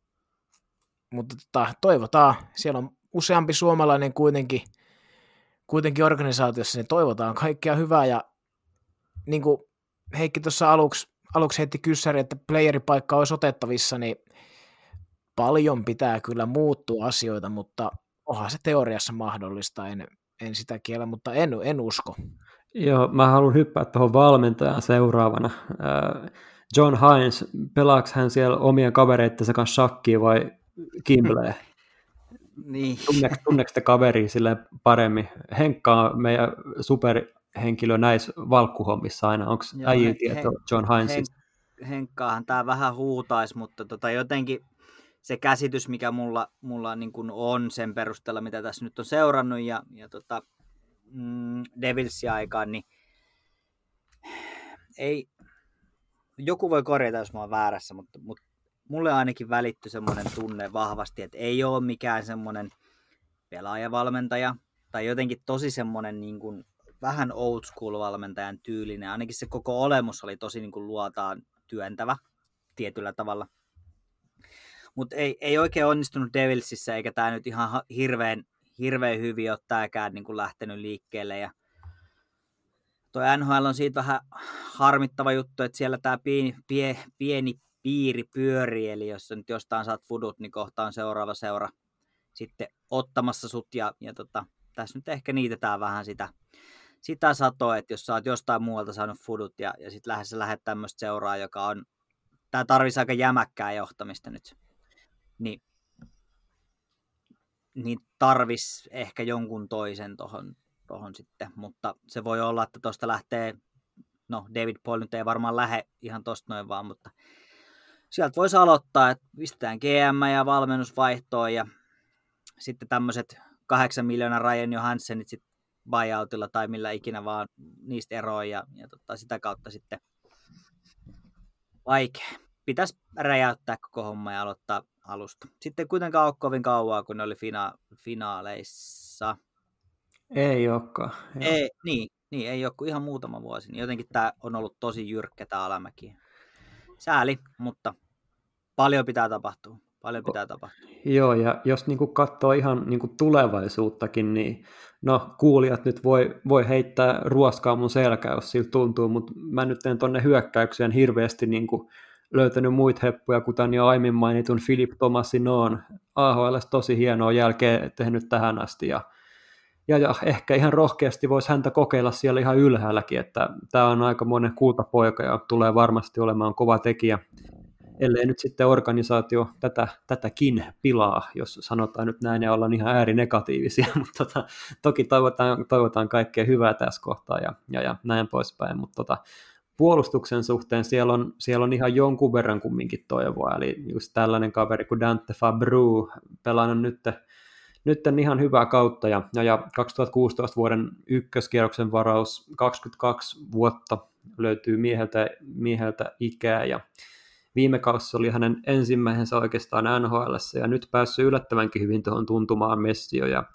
toivotaan, siellä on useampi suomalainen kuitenkin organisaatiossa, niin toivotaan kaikkea hyvää, ja niin kuin Heikki tuossa aluksi heitti kyssäri, että playeripaikka olisi otettavissa, niin paljon pitää kyllä muuttua asioita, mutta onhan se teoriassa mahdollista, en sitä kiellä, mutta en usko. Joo, mä haluan hyppää tuohon valmentajaan seuraavana. John Hines, pelaako hän siellä omien kavereittensa kanssa shakkia vai kimblee? Niin. Tunneeko te kaveria silleen paremmin? Henkka on meidän superhenkilö näissä valkkuhommissa aina. Onko äijä tieto John Hinesista? Henkkaahan tämä vähän huutaisi, mutta jotenkin se käsitys, mikä mulla niin kuin on sen perusteella, mitä tässä nyt on seurannut ja Devilsin aikaan, niin ei, joku voi korjata, jos mä oon väärässä, mutta mulle ainakin välittyi semmoinen tunne vahvasti, että ei ole mikään semmoinen pelaajavalmentaja tai jotenkin tosi semmoinen niin kuin vähän old school valmentajan tyylinen. Ainakin se koko olemus oli tosi niin kuin luotaan työntävä tietyllä tavalla. Mutta ei oikein onnistunut Devilsissä, eikä tämä nyt ihan hirveän hyvin ole tämäkään niin kuin lähtenyt liikkeelle. Ja toi NHL on siitä vähän harmittava juttu, että siellä tämä pieni piiri pyörii, eli jos nyt jostain saat fudut, niin kohta on seuraava seura sitten ottamassa sut, ja tässä nyt ehkä niitetään vähän sitä satoa, että jos sä oot jostain muualta saanut fudut, ja sitten lähdet tämmöistä seuraa, joka on, tää tarvitsisi aika jämäkkää johtamista nyt, niin niin tarvis ehkä jonkun toisen tohon sitten, mutta se voi olla, että tuosta lähtee, no David Poile nyt ei varmaan lähde ihan tosta noin vaan, mutta sieltä voisi aloittaa, että pistetään GM ja valmennusvaihtoon ja sitten tämmöiset 8 miljoonaa Ryan Johansenit sitten buyoutilla tai millä ikinä vaan niistä eroon ja sitä kautta sitten vaikea. Pitäisi räjäyttää koko homma ja aloittaa alusta. Sitten kuitenkaan ole kovin kauaa, kun ne oli finaaleissa. Ei olekaan. Niin, ei ole kuin ihan muutama vuosi. Niin jotenkin tämä on ollut tosi jyrkkä tämä alamäki. Sääli, mutta paljon pitää tapahtua. Joo, ja jos niinku katsoo ihan niinku tulevaisuuttakin, niin no kuulijat nyt voi heittää ruoskaa mun selkää, jos siltä tuntuu, mutta mä nyt en tonne hyökkäykseen hirveästi niinku löytänyt muita heppuja, kuten jo aiemmin mainitun Philip Tomasinnon AHL tosi hienoa jälkeen tehnyt tähän asti, ja ehkä ihan rohkeasti voisi häntä kokeilla siellä ihan ylhäälläkin, että tämä on aika monen kultapoika ja tulee varmasti olemaan kova tekijä, ellei nyt sitten organisaatio tätäkin pilaa, jos sanotaan nyt näin ja ollaan ihan äärinegatiivisia, mutta toki toivotaan kaikkea hyvää tässä kohtaa ja näin poispäin, mutta puolustuksen suhteen siellä on ihan jonkun verran kumminkin toivoa, eli just tällainen kaveri kuin Dante Fabru pelannut nyt ihan hyvää kautta, ja 2016 vuoden ykköskierroksen varaus, 22 vuotta löytyy mieheltä ikää, ja viime kausi oli hänen ensimmäisensä oikeastaan NHL:ssä, ja nyt päässyt yllättävänkin hyvin tuohon tuntumaan Messio, ja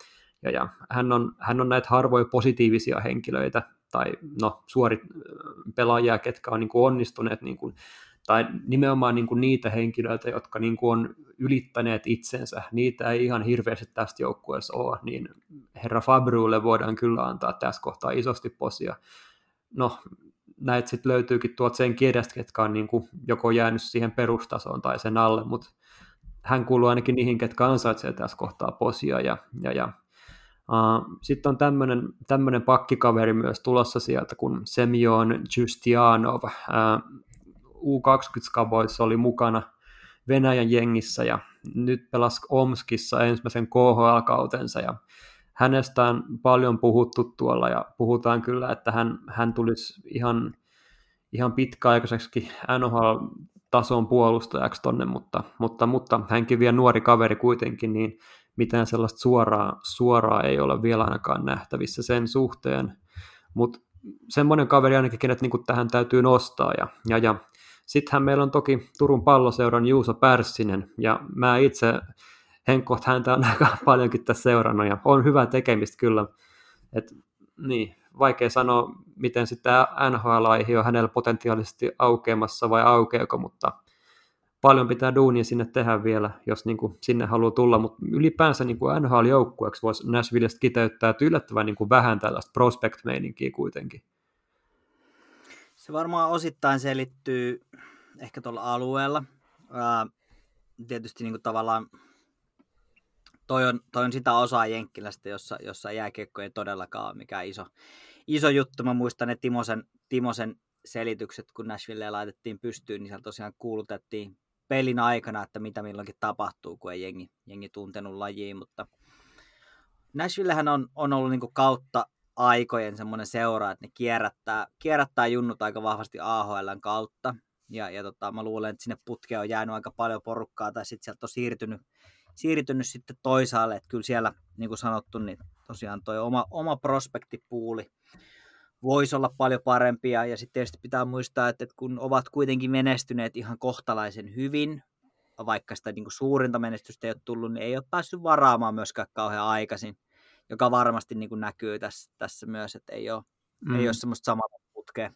hän on näitä harvoja positiivisia henkilöitä, tai no suorit pelaajia, ketkä on niin kuin onnistuneet, niin kuin, tai nimenomaan niin kuin niitä henkilöitä, jotka niin kuin on ylittäneet itsensä, niitä ei ihan hirveästi tästä joukkueessa ole, niin herra Fabrulle voidaan kyllä antaa tässä kohtaa isosti posia. No, näitä sitten löytyykin tuolta sen kirjasta, ketkä on niin kuin joko jäänyt siihen perustasoon tai sen alle, mutta hän kuuluu ainakin niihin, ketkä ansaitsee tässä kohtaa posia, sitten on tämmöinen pakkikaveri myös tulossa sieltä, kun Semyon Justianov, U20-skavoissa oli mukana Venäjän jengissä ja nyt pelasi Omskissa ensimmäisen KHL-kautensa ja hänestä on paljon puhuttu tuolla ja puhutaan kyllä, että hän tulisi ihan pitkäaikaiseksi NHL-tason puolustajaksi tonne, mutta hänkin vielä nuori kaveri kuitenkin, niin mitään sellaista suoraa ei ole vielä ainakaan nähtävissä sen suhteen, mutta semmoinen kaveri ainakin, kenet niin tähän täytyy nostaa, ja sittenhän meillä on toki Turun Palloseuran Juuso Pärssinen, ja mä itse henkkoht häntä on aika paljonkin tässä seurannut, ja on hyvää tekemistä kyllä, että niin, vaikea sanoa, miten sitten NHL-aihe on hänellä potentiaalisesti aukeamassa vai aukeako, mutta paljon pitää duunia sinne tehdä vielä, jos niin kuin sinne haluaa tulla, mutta ylipäänsä niin kuin NHL-joukkueeksi voisi Nashvillestä kiteyttää, että yllättävän niin kuin vähän tällaista prospect-meininkiä kuitenkin. Se varmaan osittain selittyy ehkä tuolla alueella. Tietysti niin kuin tavallaan toi on sitä osaa Jenkkilästä, jossa jääkiekko ei todellakaan ole mikään iso juttu. Mä muistan ne Timosen selitykset, kun Nashville laitettiin pystyyn, niin siellä tosiaan kuulutettiin pelin aikana, että mitä milloinkin tapahtuu, kun ei jengi tuntenut lajiin, mutta Nashvillehän on ollut niin kuin kautta aikojen semmoinen seura, että ne kierrättää junnut aika vahvasti AHL:n kautta, ja mä luulen, että sinne putkeen on jäänyt aika paljon porukkaa, tai sitten sieltä on siirtynyt sitten toisaalle, että kyllä siellä, niin kuin sanottu, niin tosiaan toi oma prospektipuuli voisi olla paljon parempia, ja sitten tietysti pitää muistaa, että kun ovat kuitenkin menestyneet ihan kohtalaisen hyvin, vaikka sitä niin kuin suurinta menestystä ei ole tullut, niin ei ole päässyt varaamaan myöskään kauhean aikaisin, joka varmasti niin kuin näkyy tässä myös, että ei ole semmoista samaa putkea.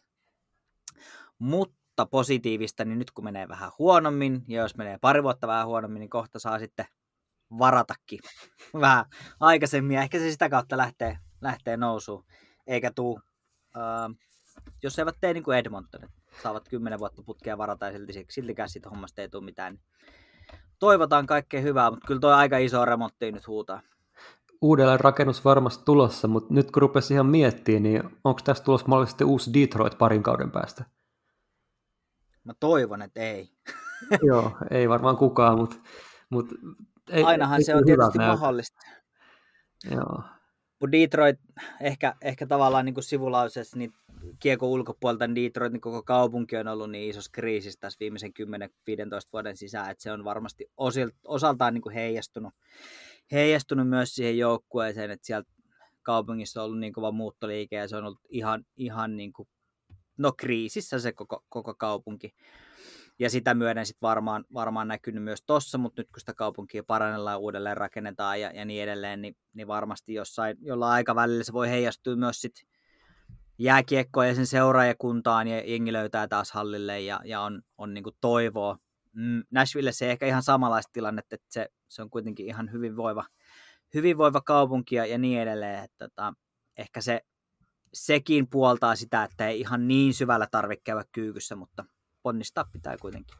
Mutta positiivista, niin nyt kun menee vähän huonommin, ja jos menee pari vuotta vähän huonommin, niin kohta saa sitten varatakin vähän aikaisemmin, ja ehkä se sitä kautta lähtee nousuun, eikä tule, jos eivät tee niin kuin Edmonton, saavat 10 vuotta putkea varata, ja siltikään siitä hommasta ei tule mitään. Toivotaan kaikkea hyvää, mutta kyllä tuo aika iso remontti nyt huutaa. Uudelleen rakennus varmasti tulossa, mutta nyt kun rupesi ihan miettimään, niin onko tässä tulossa mahdollisesti uusi Detroit parin kauden päästä? Mä toivon, että ei. Joo, ei varmaan kukaan, mutta ainahan se on tietysti mahdollista. Joo. Detroit ehkä tavallaan niin kuin sivulauseessa niin kiekon ulkopuolelta niin Detroit, niin koko kaupunki on ollut niin isossa kriisissä tässä viimeisen 10-15 vuoden sisään, että se on varmasti osaltaan niin kuin heijastunut myös siihen joukkueeseen, että sieltä kaupungissa on ollut niin kova muuttoliike ja se on ollut ihan niin kuin, kriisissä se koko kaupunki. Ja sitä myöden sitten varmaan näkynyt myös tossa, mutta nyt kun sitä kaupunkia parannellaan, uudelleen rakennetaan ja niin edelleen, niin varmasti jollain aikavälillä se voi heijastua myös sitten jääkiekkoon ja sen seuraajakuntaan ja jengi löytää taas hallille ja on niin kuin toivoa. Nashville se ei ehkä ihan samanlaista tilannetta, että se on kuitenkin ihan hyvinvoiva kaupunki ja niin edelleen, että ehkä sekin puoltaa sitä, että ei ihan niin syvällä tarvitse käydä kyykyssä, mutta ponnistaa pitää kuitenkin.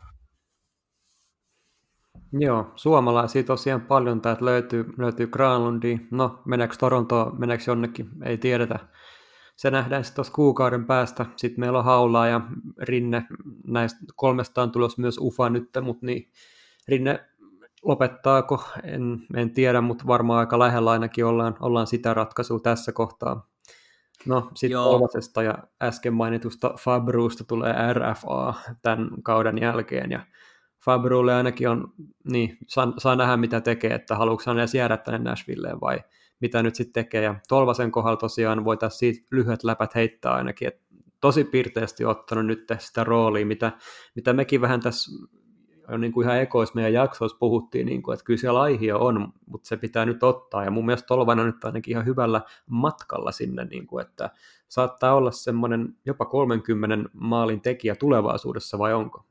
Joo, suomalaisia tosiaan paljon täältä löytyy Granlundiin. No, meneekö Torontoon, meneekö jonnekin, ei tiedetä. Se nähdään sitten tuossa kuukauden päästä. Sitten meillä on Haulaa ja Rinne. Näistä 3 on tulossa myös UFA nyt, mutta niin Rinne lopettaako, en tiedä, mutta varmaan aika lähellä ainakin ollaan sitä ratkaisua tässä kohtaa. No, sitten Tolvasesta ja äsken mainitusta Fabrusta tulee RFA tämän kauden jälkeen, ja Fabrulle ainakin on, niin saa nähdä mitä tekee, että haluatko hän edes jäädä tänne Nashvilleen vai mitä nyt sitten tekee, ja Tolvasen kohdalla tosiaan voitaisiin siitä lyhyet läpät heittää ainakin, että tosi pirteästi ottanut nyt sitä roolia, mitä mekin vähän tässä niin kuin ihan ekoissa meidän jaksoissa puhuttiin, niin kuin, että kyllä siellä aihio on, mutta se pitää nyt ottaa, ja mun mielestä Tolvanen on nyt ainakin ihan hyvällä matkalla sinne, niin kuin, että saattaa olla semmoinen jopa 30 maalin tekijä tulevaisuudessa, vai onko?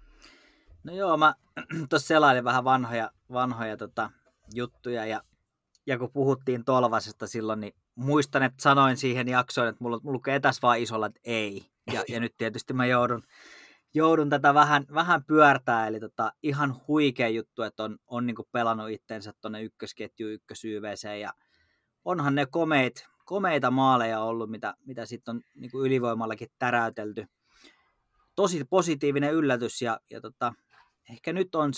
No joo, mä tuossa selailin vähän vanhoja juttuja, ja kun puhuttiin Tolvasesta silloin, niin muistan, että sanoin siihen jaksoon, että mulla lukee tässä vaan isolla, että ei, ja nyt tietysti mä joudun tätä vähän pyörtää, eli ihan huikea juttu, että on niin kuin pelannut itsensä tuonne ykkösketjuun, ykkösYVC, ja onhan ne komeita maaleja ollut, mitä sitten on niin kuin ylivoimallakin täräytelty. Tosi positiivinen yllätys, ja ehkä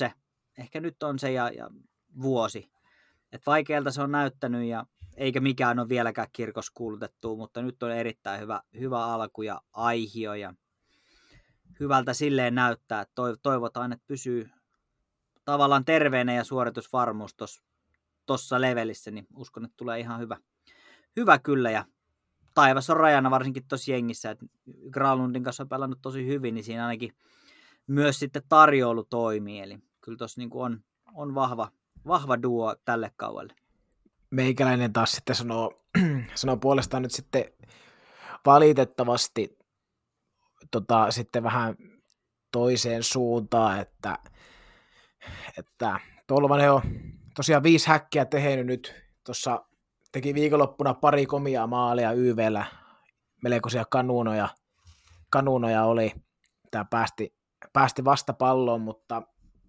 nyt on se ja vuosi. Et vaikealta se on näyttänyt, ja eikä mikään ole vieläkään kirkossa kuulutettu, mutta nyt on erittäin hyvä alku ja aihio, ja hyvältä silleen näyttää, että toivotaan, että pysyy tavallaan terveenä ja suoritusvarmuus tuossa levelissä, niin uskon, että tulee ihan hyvä kyllä, ja taivas on rajana varsinkin tuossa jengissä, että Granlundin kanssa on pelannut tosi hyvin, niin siinä ainakin myös sitten tarjoulu toimii, eli kyllä tuossa niin kuin on vahva duo tälle kaudelle. Meikäläinen taas sitten sanoo puolestaan nyt sitten valitettavasti sitten vähän toiseen suuntaan, että Tolvanen on tosiaan 5 häkkiä tehnyt nyt, tuossa teki viikonloppuna pari komiaa maalia YV:llä, melkoisia kanuunoja oli, tämä päästi vastapalloon, mutta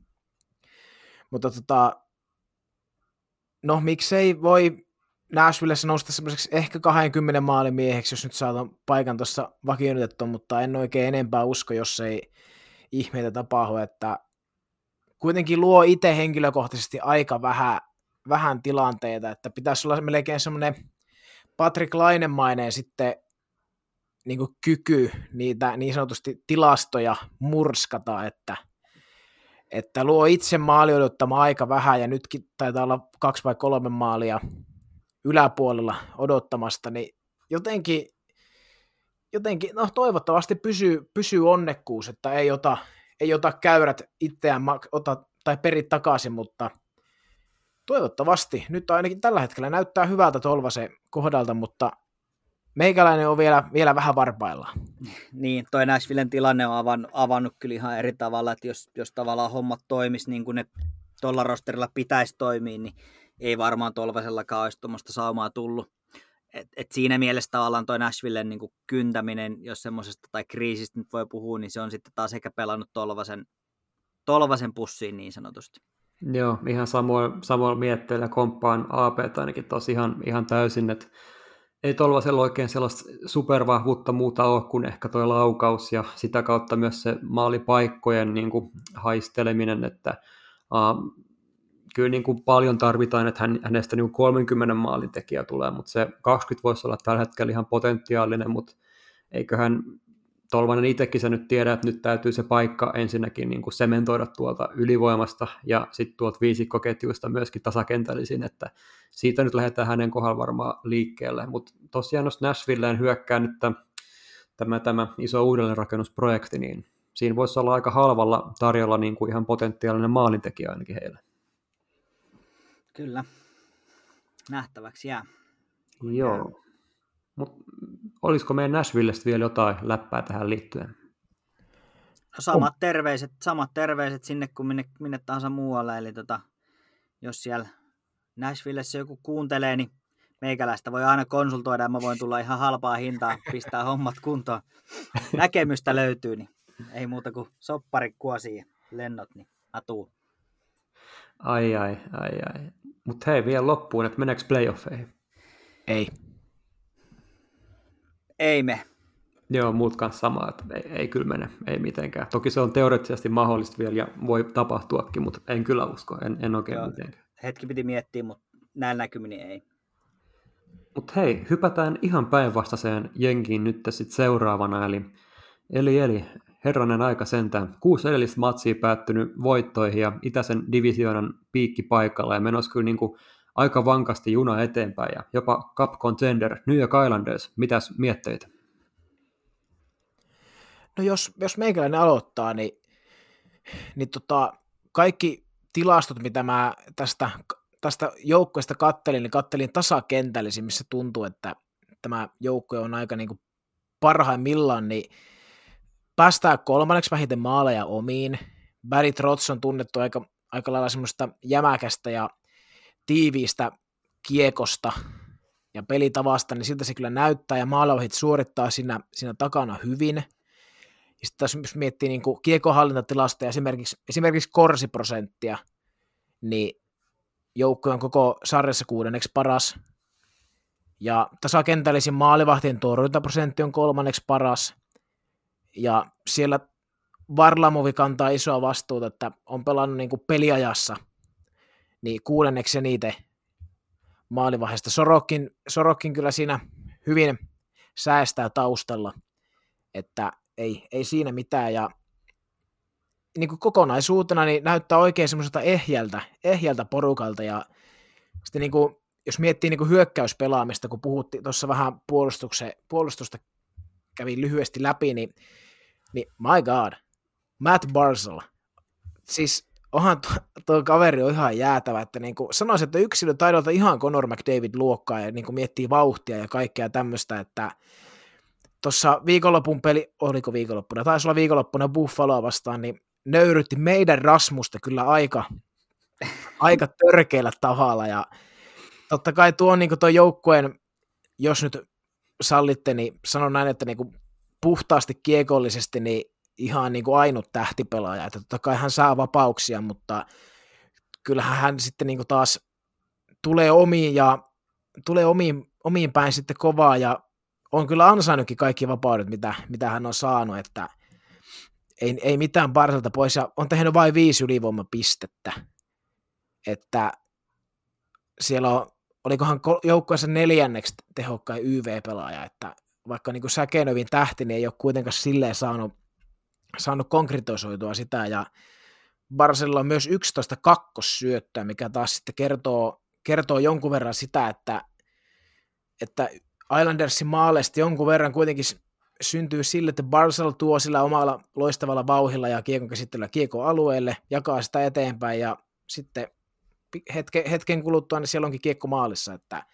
no miksei voi Nashvillessä nousta semmoiseksi ehkä 20 maalin mieheksi, jos nyt saatan paikan tuossa vakiinnutettua, mutta en oikein enempää usko, jos ei ihmeitä tapahdu, että kuitenkin luo itse henkilökohtaisesti aika vähän tilanteita, että pitäisi olla melkein semmoinen Patrick Lainemainen sitten niin kuin kyky niitä niin sanotusti tilastoja murskata, että luo itse maali odottama aika vähän, ja nytkin taitaa olla 2 vai 3 maalia yläpuolella odottamasta, niin jotenkin no toivottavasti pysyy onnekkuus, että ei ota käyrät itseään tai peri takaisin, mutta toivottavasti. Nyt ainakin tällä hetkellä näyttää hyvältä Tolvasen kohdalta, mutta meikäläinen on vielä vähän varpaillaan. Niin, toi Nashvillen tilanne on avannut kyllä ihan eri tavalla, että jos tavallaan hommat toimisi niin kuin ne tuolla rosterilla pitäisi toimia, niin ei varmaan Tolvasellakaan olisi tuommoista saumaa tullut. Et siinä mielessä tavallaan toi Nashvillen niin kuin kyntäminen, jos semmoisesta tai kriisistä nyt voi puhua, niin se on sitten taas ehkä pelannut Tolvasen pussiin niin sanotusti. Joo, ihan samoin mietteillä komppaan AP ainakin tosi ihan täysin, että ei Tolvasella oikein sellaista supervahvuutta muuta ole kuin ehkä tuo laukaus ja sitä kautta myös se maalipaikkojen niin kuin haisteleminen, että kyllä niin kuin paljon tarvitaan, että hänestä niin kuin 30 maalin tekijä tulee, mutta se 20 voisi olla tällä hetkellä ihan potentiaalinen, mutta eiköhän Tolvanen itsekin se nyt tiedä, että nyt täytyy se paikka ensinnäkin niin kuin sementoida tuolta ylivoimasta ja sitten tuolta viisikkoketjuista myöskin tasakentällisin, että siitä nyt lähdetään hänen kohdalla varmaan liikkeelle, mutta tosiaan jos Nashvilleen hyökkää nyt tämä iso uudelleenrakennusprojekti, niin siinä voisi olla aika halvalla tarjolla niin kuin ihan potentiaalinen maalintekijä ainakin heille. Kyllä, nähtäväksi jää. Joo, mutta olisiko meidän Nashvillestä vielä jotain läppää tähän liittyen? No samat terveiset sinne kuin minne tahansa muualle, eli jos siellä Nashvillessä joku kuuntelee, niin meikäläistä voi aina konsultoida, ja mä voin tulla ihan halpaa hintaa, pistää hommat kuntoon. Näkemystä löytyy, niin ei muuta kuin soppari kuosiin ja lennot, niin atuu. Ai. Mutta hei, vielä loppuun, että meneekö playoffeihin? Ei me. Joo, muut kanssa sama, että ei kyllä mene, ei mitenkään. Toki se on teoreettisesti mahdollista vielä ja voi tapahtuakin, mutta en kyllä usko, en oikein mitenkään. Hetki piti miettiä, mutta näillä näkymin ei. Mutta hei, hypätään ihan päinvastaiseen jengiin nyt sitten seuraavana, eli herranen aika sentään. 6 edellistä matsia päättynyt voittoihin ja itäisen divisioonan piikki paikalla ja menossa kyllä niin kuin aika vankasti juna eteenpäin ja jopa Cup Contender New York Islanders. Mitäs mietteitä? No jos meikäläinen aloittaa, niin kaikki tilastot, mitä mä tästä joukkueesta kattelin tasakentällisin, missä tuntuu, että tämä joukkue on aika niin kuin parhaimmillaan, niin päästään 3. vähiten maaleja omiin. Barry Trotz on tunnettu aika lailla semmoista jämäkästä ja tiiviistä kiekosta ja pelitavasta, niin siltä se kyllä näyttää, ja maalivahit suorittaa siinä takana hyvin. Ja sitten jos miettii niin kuin kiekonhallintatilasta ja esimerkiksi korsiprosenttia, niin joukkue on koko sarjassa 6. paras, ja tasakentällisin maalivahtien torjuntaprosentti on 3. paras, ja siellä Varlamovi kantaa isoa vastuuta, että on pelannut niin kuin peliajassa niin 6. eniten maalivaiheesta. Sorokin kyllä siinä hyvin säästää taustalla, että ei siinä mitään, ja niin kuin kokonaisuutena niin näyttää oikein semmoiselta ehjältä porukalta, ja sitten niin kuin, jos miettii niin kuin hyökkäyspelaamista, kun puhuttiin tuossa vähän puolustusta kävin lyhyesti läpi, niin my god, Matt Barzal, siis onhan tuo kaveri on ihan jäätävä, että niin kuin sanoisin, että yksilötaidolta ihan Connor McDavid luokkaa, ja niin kuin miettii vauhtia ja kaikkea tämmöistä, että tuossa viikonlopun peli, oliko viikonloppuna, taisi olla viikonloppuna Buffaloa vastaan, niin nöyrytti meidän Rasmusta kyllä aika törkeällä tavalla, ja totta kai tuo niin kuin tuo joukkueen, jos nyt sallitte, niin sanon näin, että niin kuin puhtaasti kiekollisesti niin ihan niin kuin ainut tähtipelaaja, että totta kai hän saa vapauksia, mutta kyllähän hän sitten niin kuin taas tulee omiin päin sitten kovaa, ja on kyllä ansainnutkin kaikki vapaudet, mitä hän on saanut, että ei mitään Barzalta pois, ja on tehnyt vain 5 ylivoimapistettä, että siellä on, olikohan joukkueessa 4. tehokkain YV-pelaaja, että vaikka niin kuin Säkenovin tähti, niin ei ole kuitenkaan silleen saanut konkretisoitua sitä, ja Barzalilla on myös 11 kakkossyöttöä, mikä taas sitten kertoo jonkun verran sitä, että Islandersin maaleista jonkun verran kuitenkin syntyy sille, että Barzal tuo sillä omalla loistavalla vauhilla ja kiekon käsittelyllä kiekon alueelle, jakaa sitä eteenpäin, ja sitten hetken kuluttua niin siellä onkin kiekko maalissa, että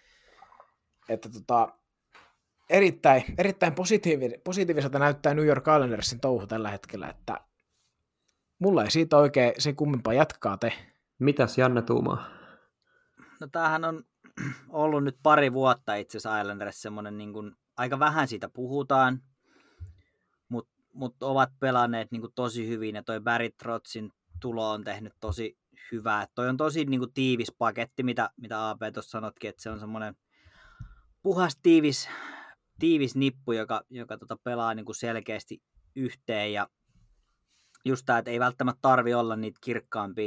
erittäin positiiviselta näyttää New York Islandersin touhu tällä hetkellä, että mulla ei siitä oikein sen kummempaa, jatkaa te. Mitäs Janne tuumaa? No tämähän on ollut nyt pari vuotta itse asiassa Islanders semmoinen, niin kuin, aika vähän siitä puhutaan, mutta ovat pelanneet niin kuin tosi hyvin, ja toi Barry Trotzin tulo on tehnyt tosi hyvää. Toi on tosi niin kuin tiivis paketti, mitä AP tuossa sanotkin, että se on semmoinen puhas tiivis nippu, joka pelaa niin kuin selkeästi yhteen, ja just tämä, että ei välttämättä tarvi olla niitä kirkkaampia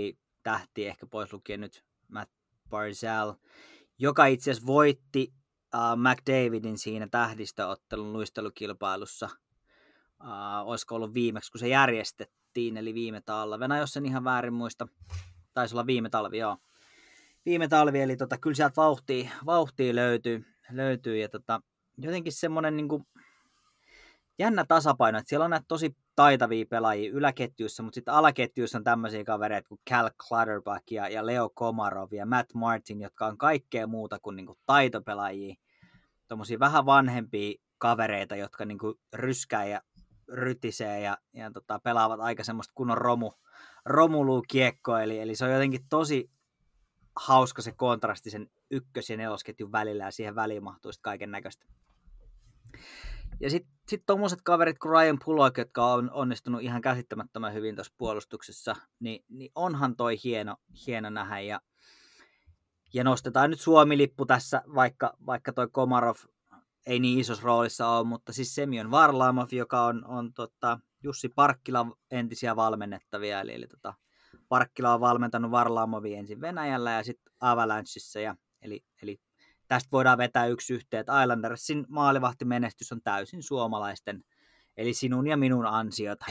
tähtiä, ehkä pois lukien nyt Matt Barzal, joka itse asiassa voitti McDavidin siinä tähdistöottelun luistelukilpailussa. Olisiko ollut viimeksi, kun se järjestettiin, eli viime talvena, jos en ihan väärin muista. Taisi olla viime talvi, joo. Viime talvi, eli kyllä sieltä vauhtia löytyy ja jotenkin semmoinen niin kuin jännä tasapaino, että siellä on näitä tosi taitavia pelaajia yläketjuissa, mutta sitten alaketjuissa on tämmöisiä kavereita kuin Cal Clutterbuck ja Leo Komarov ja Matt Martin, jotka on kaikkea muuta kuin niinku taitopelaajia. Tommosia vähän vanhempia kavereita, jotka niinku ryskää ja rytisee ja pelaavat aika semmoista kunnon romulukiekkoa, eli se on jotenkin tosi hauska se kontrasti sen ykkös- ja nelosketjun välillä, ja siihen väliin mahtuu sitten kaiken näköistä. Ja sitten tommoset kaverit kuin Ryan Pulock, jotka on onnistunut ihan käsittämättömän hyvin tuossa puolustuksessa, niin onhan toi hieno nähdä. Ja nostetaan nyt Suomi-lippu tässä, vaikka toi Komarov ei niin isossa roolissa ole, mutta siis Semyon Varlamov, joka on Jussi Parkkilan entisiä valmennettavia, eli Parkkila on valmentanut Varlamovia ensin Venäjällä ja sitten Avalancheissa, eli tästä voidaan vetää yksi yhteen, että Islandersin maalivahtimenestys on täysin suomalaisten, eli sinun ja minun ansiota.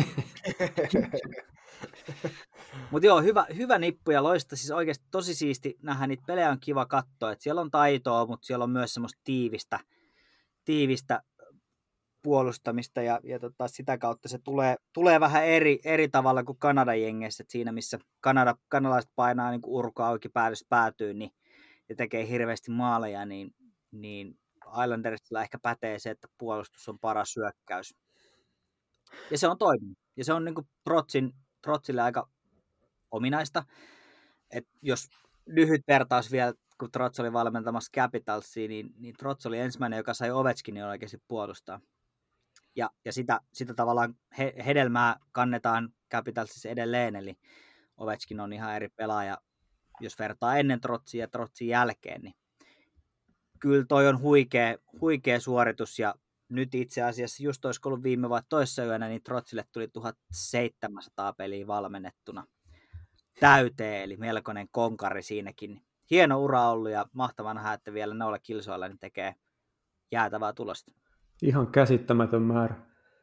Mutta joo, hyvä nippu ja loista, siis oikeasti tosi siisti nähdä, niitä pelejä on kiva katsoa, että siellä on taitoa, mutta siellä on myös semmoista tiivistä puolustamista ja sitä kautta se tulee vähän eri tavalla kuin Kanadan jengeissä, että siinä missä kanadalaiset painaa niin urko auki päädystä päätyy, niin ja tekee hirveästi maaleja, niin Islandersilla ehkä pätee se, että puolustus on paras hyökkäys. Ja se on toiminut. Ja se on niin kuin Trotsille aika ominaista. Et jos lyhyt vertaus vielä, kun Trots oli valmentamassa Capitalsia, niin Trots oli ensimmäinen, joka sai Ovechkinin oikeasti puolustaa. Ja sitä tavallaan hedelmää kannetaan Capitalsissa edelleen, eli Ovechkin on ihan eri pelaaja, jos vertaa ennen Trotsia ja Trotsin jälkeen, niin kyllä toi on huikea suoritus, ja nyt itse asiassa just olisiko ollut viime vai toissa yönä, niin Trotsille tuli 1700 peliä valmennettuna täyteen, eli melkoinen konkari siinäkin. Hieno ura ollut, ja mahtavaa nähdä, että vielä noilla kilsoilla niin tekee jäätävää tulosta. Ihan käsittämätön määrä.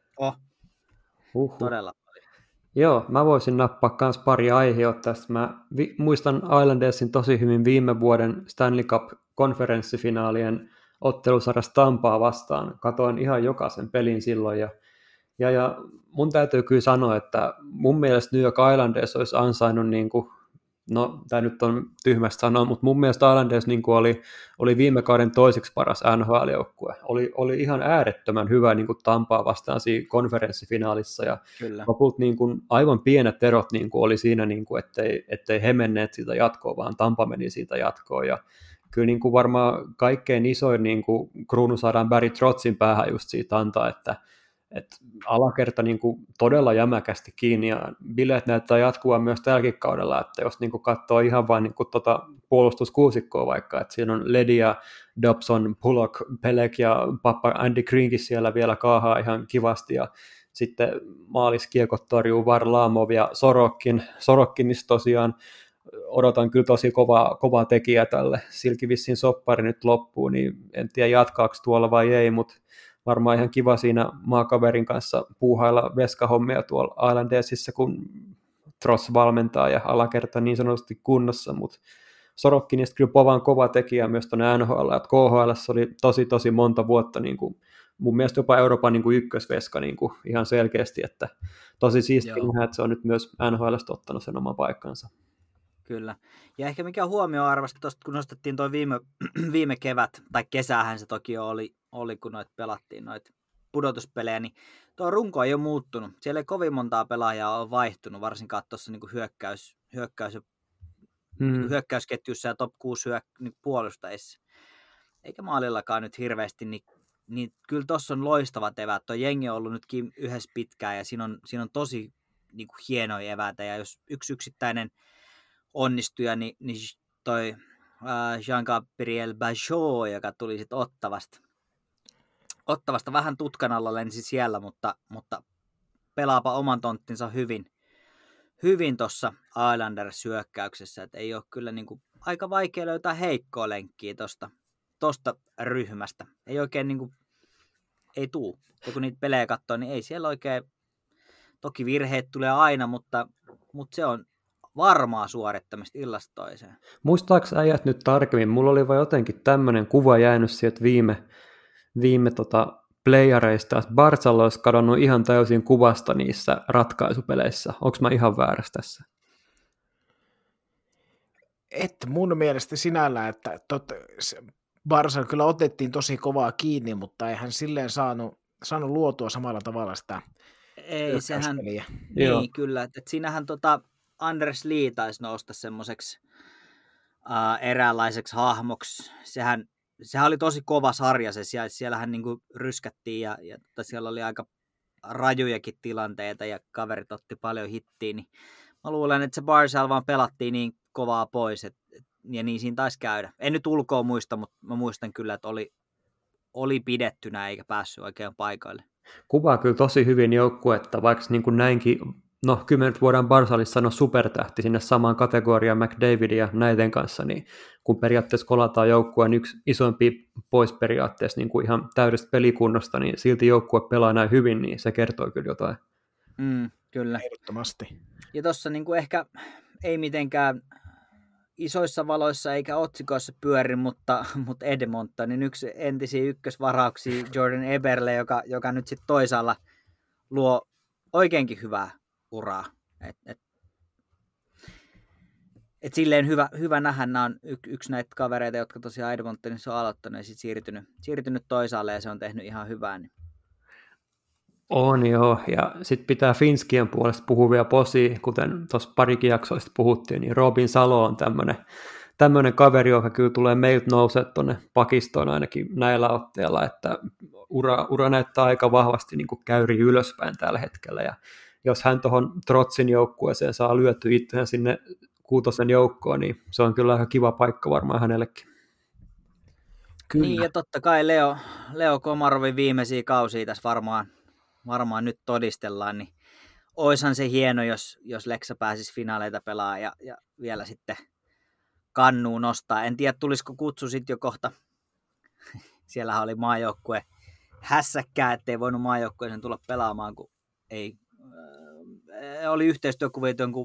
Todella. Joo, mä voisin nappaa myös pari aihetta tästä. Mä muistan Islandersin tosi hyvin viime vuoden Stanley Cup-konferenssifinaalien ottelusarjassa Tampaa vastaan. Katoin ihan jokaisen pelin silloin ja mun täytyy kyllä sanoa, että mun mielestä New York Islanders olisi ansainnut no tämä nyt on tyhmästä sanoa, mutta mun mielestä Islanders oli viime kauden toiseksi paras NHL-joukkue. Oli ihan äärettömän hyvä Tampaa vastaan siinä konferenssifinaalissa, ja lopulta aivan pienet erot oli siinä, ettei he menneet siitä jatkoon, vaan Tampa meni siitä jatkoon, ja kyllä varmaan kaikkein isoin kruunu saadaan Barry Trotzin päähän just siitä antaa, että alakerta todella jämäkästi kiinni, ja bileet näyttää jatkuvan myös tälläkin kaudella, että jos katsoo ihan vain puolustuskuusikkoa vaikka, että siinä on Ledia, Dobson, Pulock, Pelek ja Papa Andy Greenkin siellä vielä kaahaa ihan kivasti, ja sitten maaliskiekot torjuu Varlamov ja Sorokkinista tosiaan odotan kyllä tosi kovaa tekijä tälle. Silläkin vissiin soppari nyt loppuu, niin en tiedä jatkaako tuolla vai ei, mutta varmaan ihan kiva siinä maakaverin kanssa puuhailla veskahommia tuolla Islandersissa, kun Tross valmentaa ja alakerta niin sanotusti kunnossa, mutta Sorokkinista kyllä povan kova tekijä myös tuonne NHL, että KHL oli tosi monta vuotta mun mielestä jopa Euroopan ykkösveska ihan selkeästi, että tosi siistiä nähdä, että se on nyt myös NHL:stä ottanut sen oman paikkansa. Kyllä. Ja ehkä mikä huomioarvoista tuosta, kun nostettiin tuo viime kevät, tai kesähän se toki oli kun pelattiin noita pudotuspelejä, niin tuo runko ei ole muuttunut. Siellä ei kovin montaa pelaajaa ole vaihtunut, varsinkaan tuossa hyökkäysketjussa ja top 6 puolustajissa. Eikä maalillakaan nyt hirveästi, niin kyllä tuossa on loistavat eväät. Tuo jengi on ollut nytkin yhdessä pitkään, ja siinä on tosi hienoja eväitä, ja jos yksi yksittäinen onnistuja, niin toi Jean-Gabriel Bajot, joka tuli sitten Ottavasta vähän tutkan alla lensi siellä, mutta pelaapa oman tonttinsa hyvin tuossa Islanders-syökkäyksessä, että ei ole kyllä niin kuin, aika vaikea löytää heikkoa lenkkiä tuosta ryhmästä. Ei oikein niin kuin, ei tuu. Ja kun niitä pelejä katsoo, niin ei siellä oikein, toki virheet tulee aina, mutta se on varmaa suorittamista illasta toiseen. Muistaaks äijät nyt tarkemmin? Mulla oli vaan jotenkin tämmöinen kuva jäänyt sieltä viime playareista, että Barsalla olisi kadonnut ihan täysin kuvasta niissä ratkaisupeleissä. Onko mä ihan väärässä tässä? Että mun mielestä sinällä, että Barsalla kyllä otettiin tosi kovaa kiinni, mutta ei hän silleen saanut luotua samalla tavalla sitä ei, sehän, Joo. niin kyllä, että siinähän Anders Lee taisi nousta semmoiseksi eräänlaiseksi hahmoksi. Sehän oli tosi kova sarja se, siellähän niinku ryskättiin ja siellä oli aika rajujakin tilanteita ja kaverit otti paljon hittiin, niin mä luulen, että se Barzal vaan pelattiin niin kovaa pois, ja niin siinä taisi käydä. En nyt ulkoa muista, mutta mä muistan kyllä, että oli pidettynä eikä päässyt oikein paikalle. Kuvaa kyllä tosi hyvin joukkuetta, vaikka niin kuin näinkin, 10 voidaan Barzalissa sanoa supertähti sinne samaan kategoriaan McDavidin ja näiden kanssa, niin kun periaatteessa kolataan joukkueen yksi isompi pois periaatteessa niin kuin ihan täydestä pelikunnosta, niin silti joukkue pelaa näin hyvin, niin se kertoo kyllä jotain. Kyllä. Ehdottomasti. Ja tuossa niin kuin ehkä ei mitenkään isoissa valoissa eikä otsikoissa pyöri, mutta Edmontonin yksi entisiä ykkösvarauksia Jordan Eberle, joka nyt sitten toisaalla luo oikeinkin hyvää uraa. Et silleen hyvä nähdä, nämä on yksi näitä kavereita, jotka tosiaan Edmontonissa on aloittanut ja sitten siirtynyt toisaalle ja se on tehnyt ihan hyvää. Niin. On joo, ja sitten pitää Finskien puolesta puhuvia posia, kuten tuossa parikin jaksoista puhuttiin, niin Robin Salo on tämmöinen kaveri, joka kyllä tulee meiltä nousee tuonne pakistoon ainakin näillä otteilla, että ura näyttää aika vahvasti niin kuin käyri ylöspäin tällä hetkellä, ja jos hän tuohon Trotsin joukkueeseen saa lyöty itseään sinne 6. joukkoon, niin se on kyllä aika kiva paikka varmaan hänellekin. Kyllä. Niin, ja totta kai Leo Komarovin viimeisiä kausia tässä varmaan nyt todistellaan, niin oishan se hieno, jos Leksä pääsisi finaaleita pelaamaan ja vielä sitten kannuun nostaa. En tiedä, tulisiko kutsu sitten jo kohta. Siellähän oli maajoukkue hässäkkää, ettei voinut maajoukkueeseen tulla pelaamaan, kun ei oli yhteistyökuvia jonkun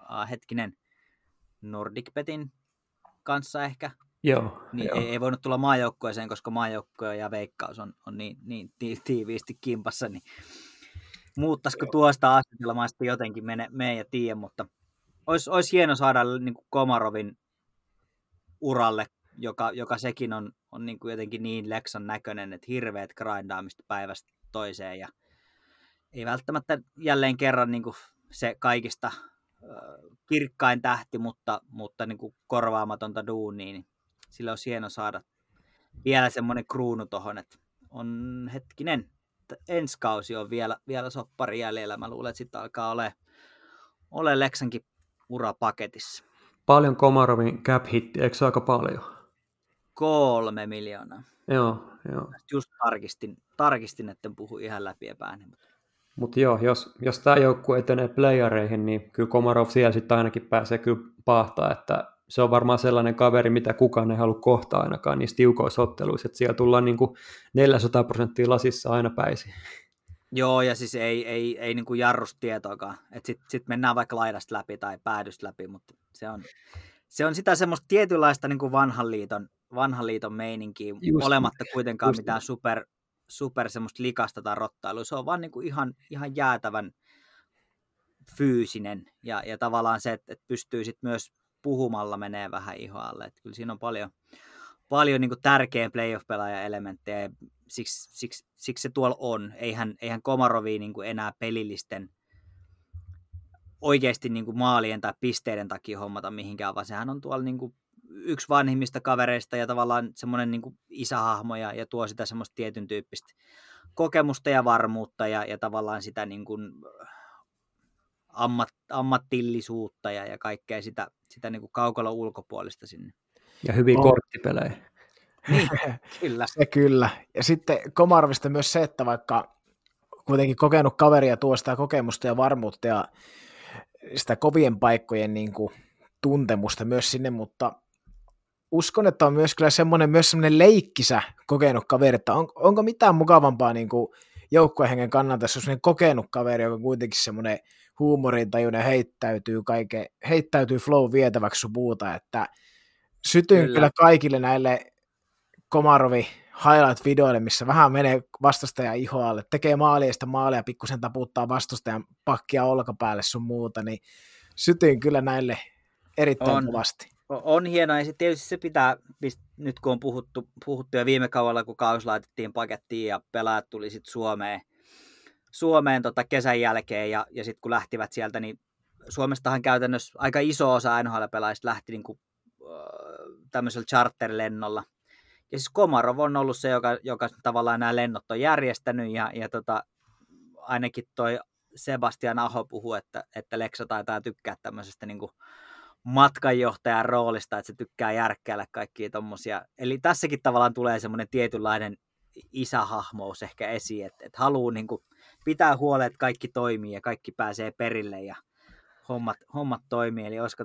NordicBetin kanssa ehkä. Joo, niin joo. Ei voinut tulla maajoukkueeseen, koska maajoukkue ja Veikkaus on niin tiiviisti kimpassa, niin muuttaisiko tuosta asetelmaa sitten jotenkin mene ja tiedä, mutta olisi hieno saada niin kuin Komarovin uralle, joka sekin on niin kuin jotenkin niin Leksan näköinen, että hirveät grindaamista päivästä toiseen ja ei välttämättä jälleen kerran niin kuin se kaikista kirkkain tähti, mutta niin kuin korvaamatonta duunia, niin sillä olisi hieno saada vielä semmoinen kruunu tohon, että on hetkinen, ensi kausi on vielä soppari jäljellä. Mä luulen, että sitten alkaa ole Leksankin ura paketissa. Paljon Komarovin cap hitti, eikö se aika paljon? 3 miljoonaa. Joo. Just tarkistin, etten puhu ihan läpi epääni. Mutta joo, jos tämä joukkue etenee playareihin, niin kyllä Komarov siellä sitten ainakin pääsee kyllä pahtaa, että se on varmaan sellainen kaveri, mitä kukaan ei halua kohtaa ainakaan niissä tiukoissa otteluissa, että siellä tullaan niin kuin 400% lasissa aina päisin. Joo, ja siis ei niin kuin jarrustietoakaan, että sit mennään vaikka laidasta läpi tai päädystä läpi, mutta se on sitä semmoista tietynlaista niin kuin vanhan liiton meininkiä, olematta kuitenkaan mitään super semmoista likasta tai rottailua. Se on vaan niin kuin ihan jäätävän fyysinen ja tavallaan se, että pystyy sitten myös puhumalla menee vähän ihoalle. Että kyllä siinä on paljon niin kuin tärkeä playoff-pelaajan elementtejä. Siksi se tuolla on. Eihän Komarovia niin kuin enää pelillisten oikeasti niin kuin maalien tai pisteiden takia hommata mihinkään, vaan sehän on tuolla niin kuin yksi vanhimmista kavereista ja tavallaan semmoinen niin kuin isähahmo ja tuo sitä semmoista tietyn tyyppistä kokemusta ja varmuutta ja tavallaan sitä niin kuin ammattillisuutta ja kaikkea sitä niin kuin kaukalon ulkopuolista sinne. Ja hyviä korttipelejä. Niin, kyllä. Se kyllä. Ja sitten Komarovista myös se, että vaikka kuitenkin kokenut kaveria tuo sitä kokemusta ja varmuutta ja sitä kovien paikkojen niin kuin tuntemusta myös sinne, mutta uskon, että on myös kyllä myös semmoinen leikkisä kokenut kaveri, että onko mitään mukavampaa niin kuin joukkuehengen kannalta, jos on semmoinen kokenut kaveri, joka on kuitenkin semmoinen huumorintajuinen, heittäytyy flow vietäväksi sun muuta, että sytyin kyllä kaikille näille Komarovi highlight-videoille, missä vähän menee vastustajan ihoalle, tekee maalista maalia, pikkusen taputtaa vastustajan pakkia olkapäälle sun muuta, niin sytyin kyllä näille erittäin kovasti. On hienoa, ja sitten tietysti se pitää, nyt kun on puhuttu jo viime kaudella, kun kausi laitettiin pakettiin ja pelaajat tuli sitten Suomeen kesän jälkeen, ja sitten kun lähtivät sieltä, niin Suomestahan käytännössä aika iso osa NHL-pelaajista lähti niin kuin, tämmöisellä charterlennolla. Ja siis Komarov on ollut se, joka tavallaan nämä lennot on järjestänyt, ja ainakin toi Sebastian Aho puhuu, että Lexa taitaa tykkää tämmöisestä niin kuin matkanjohtajan roolista, että se tykkää järkkäillä kaikkia tommosia. Eli tässäkin tavallaan tulee semmoinen tietynlainen isähahmous ehkä esiin, että haluaa niin kuin pitää huolen, että kaikki toimii ja kaikki pääsee perille ja hommat toimii. Eli olisiko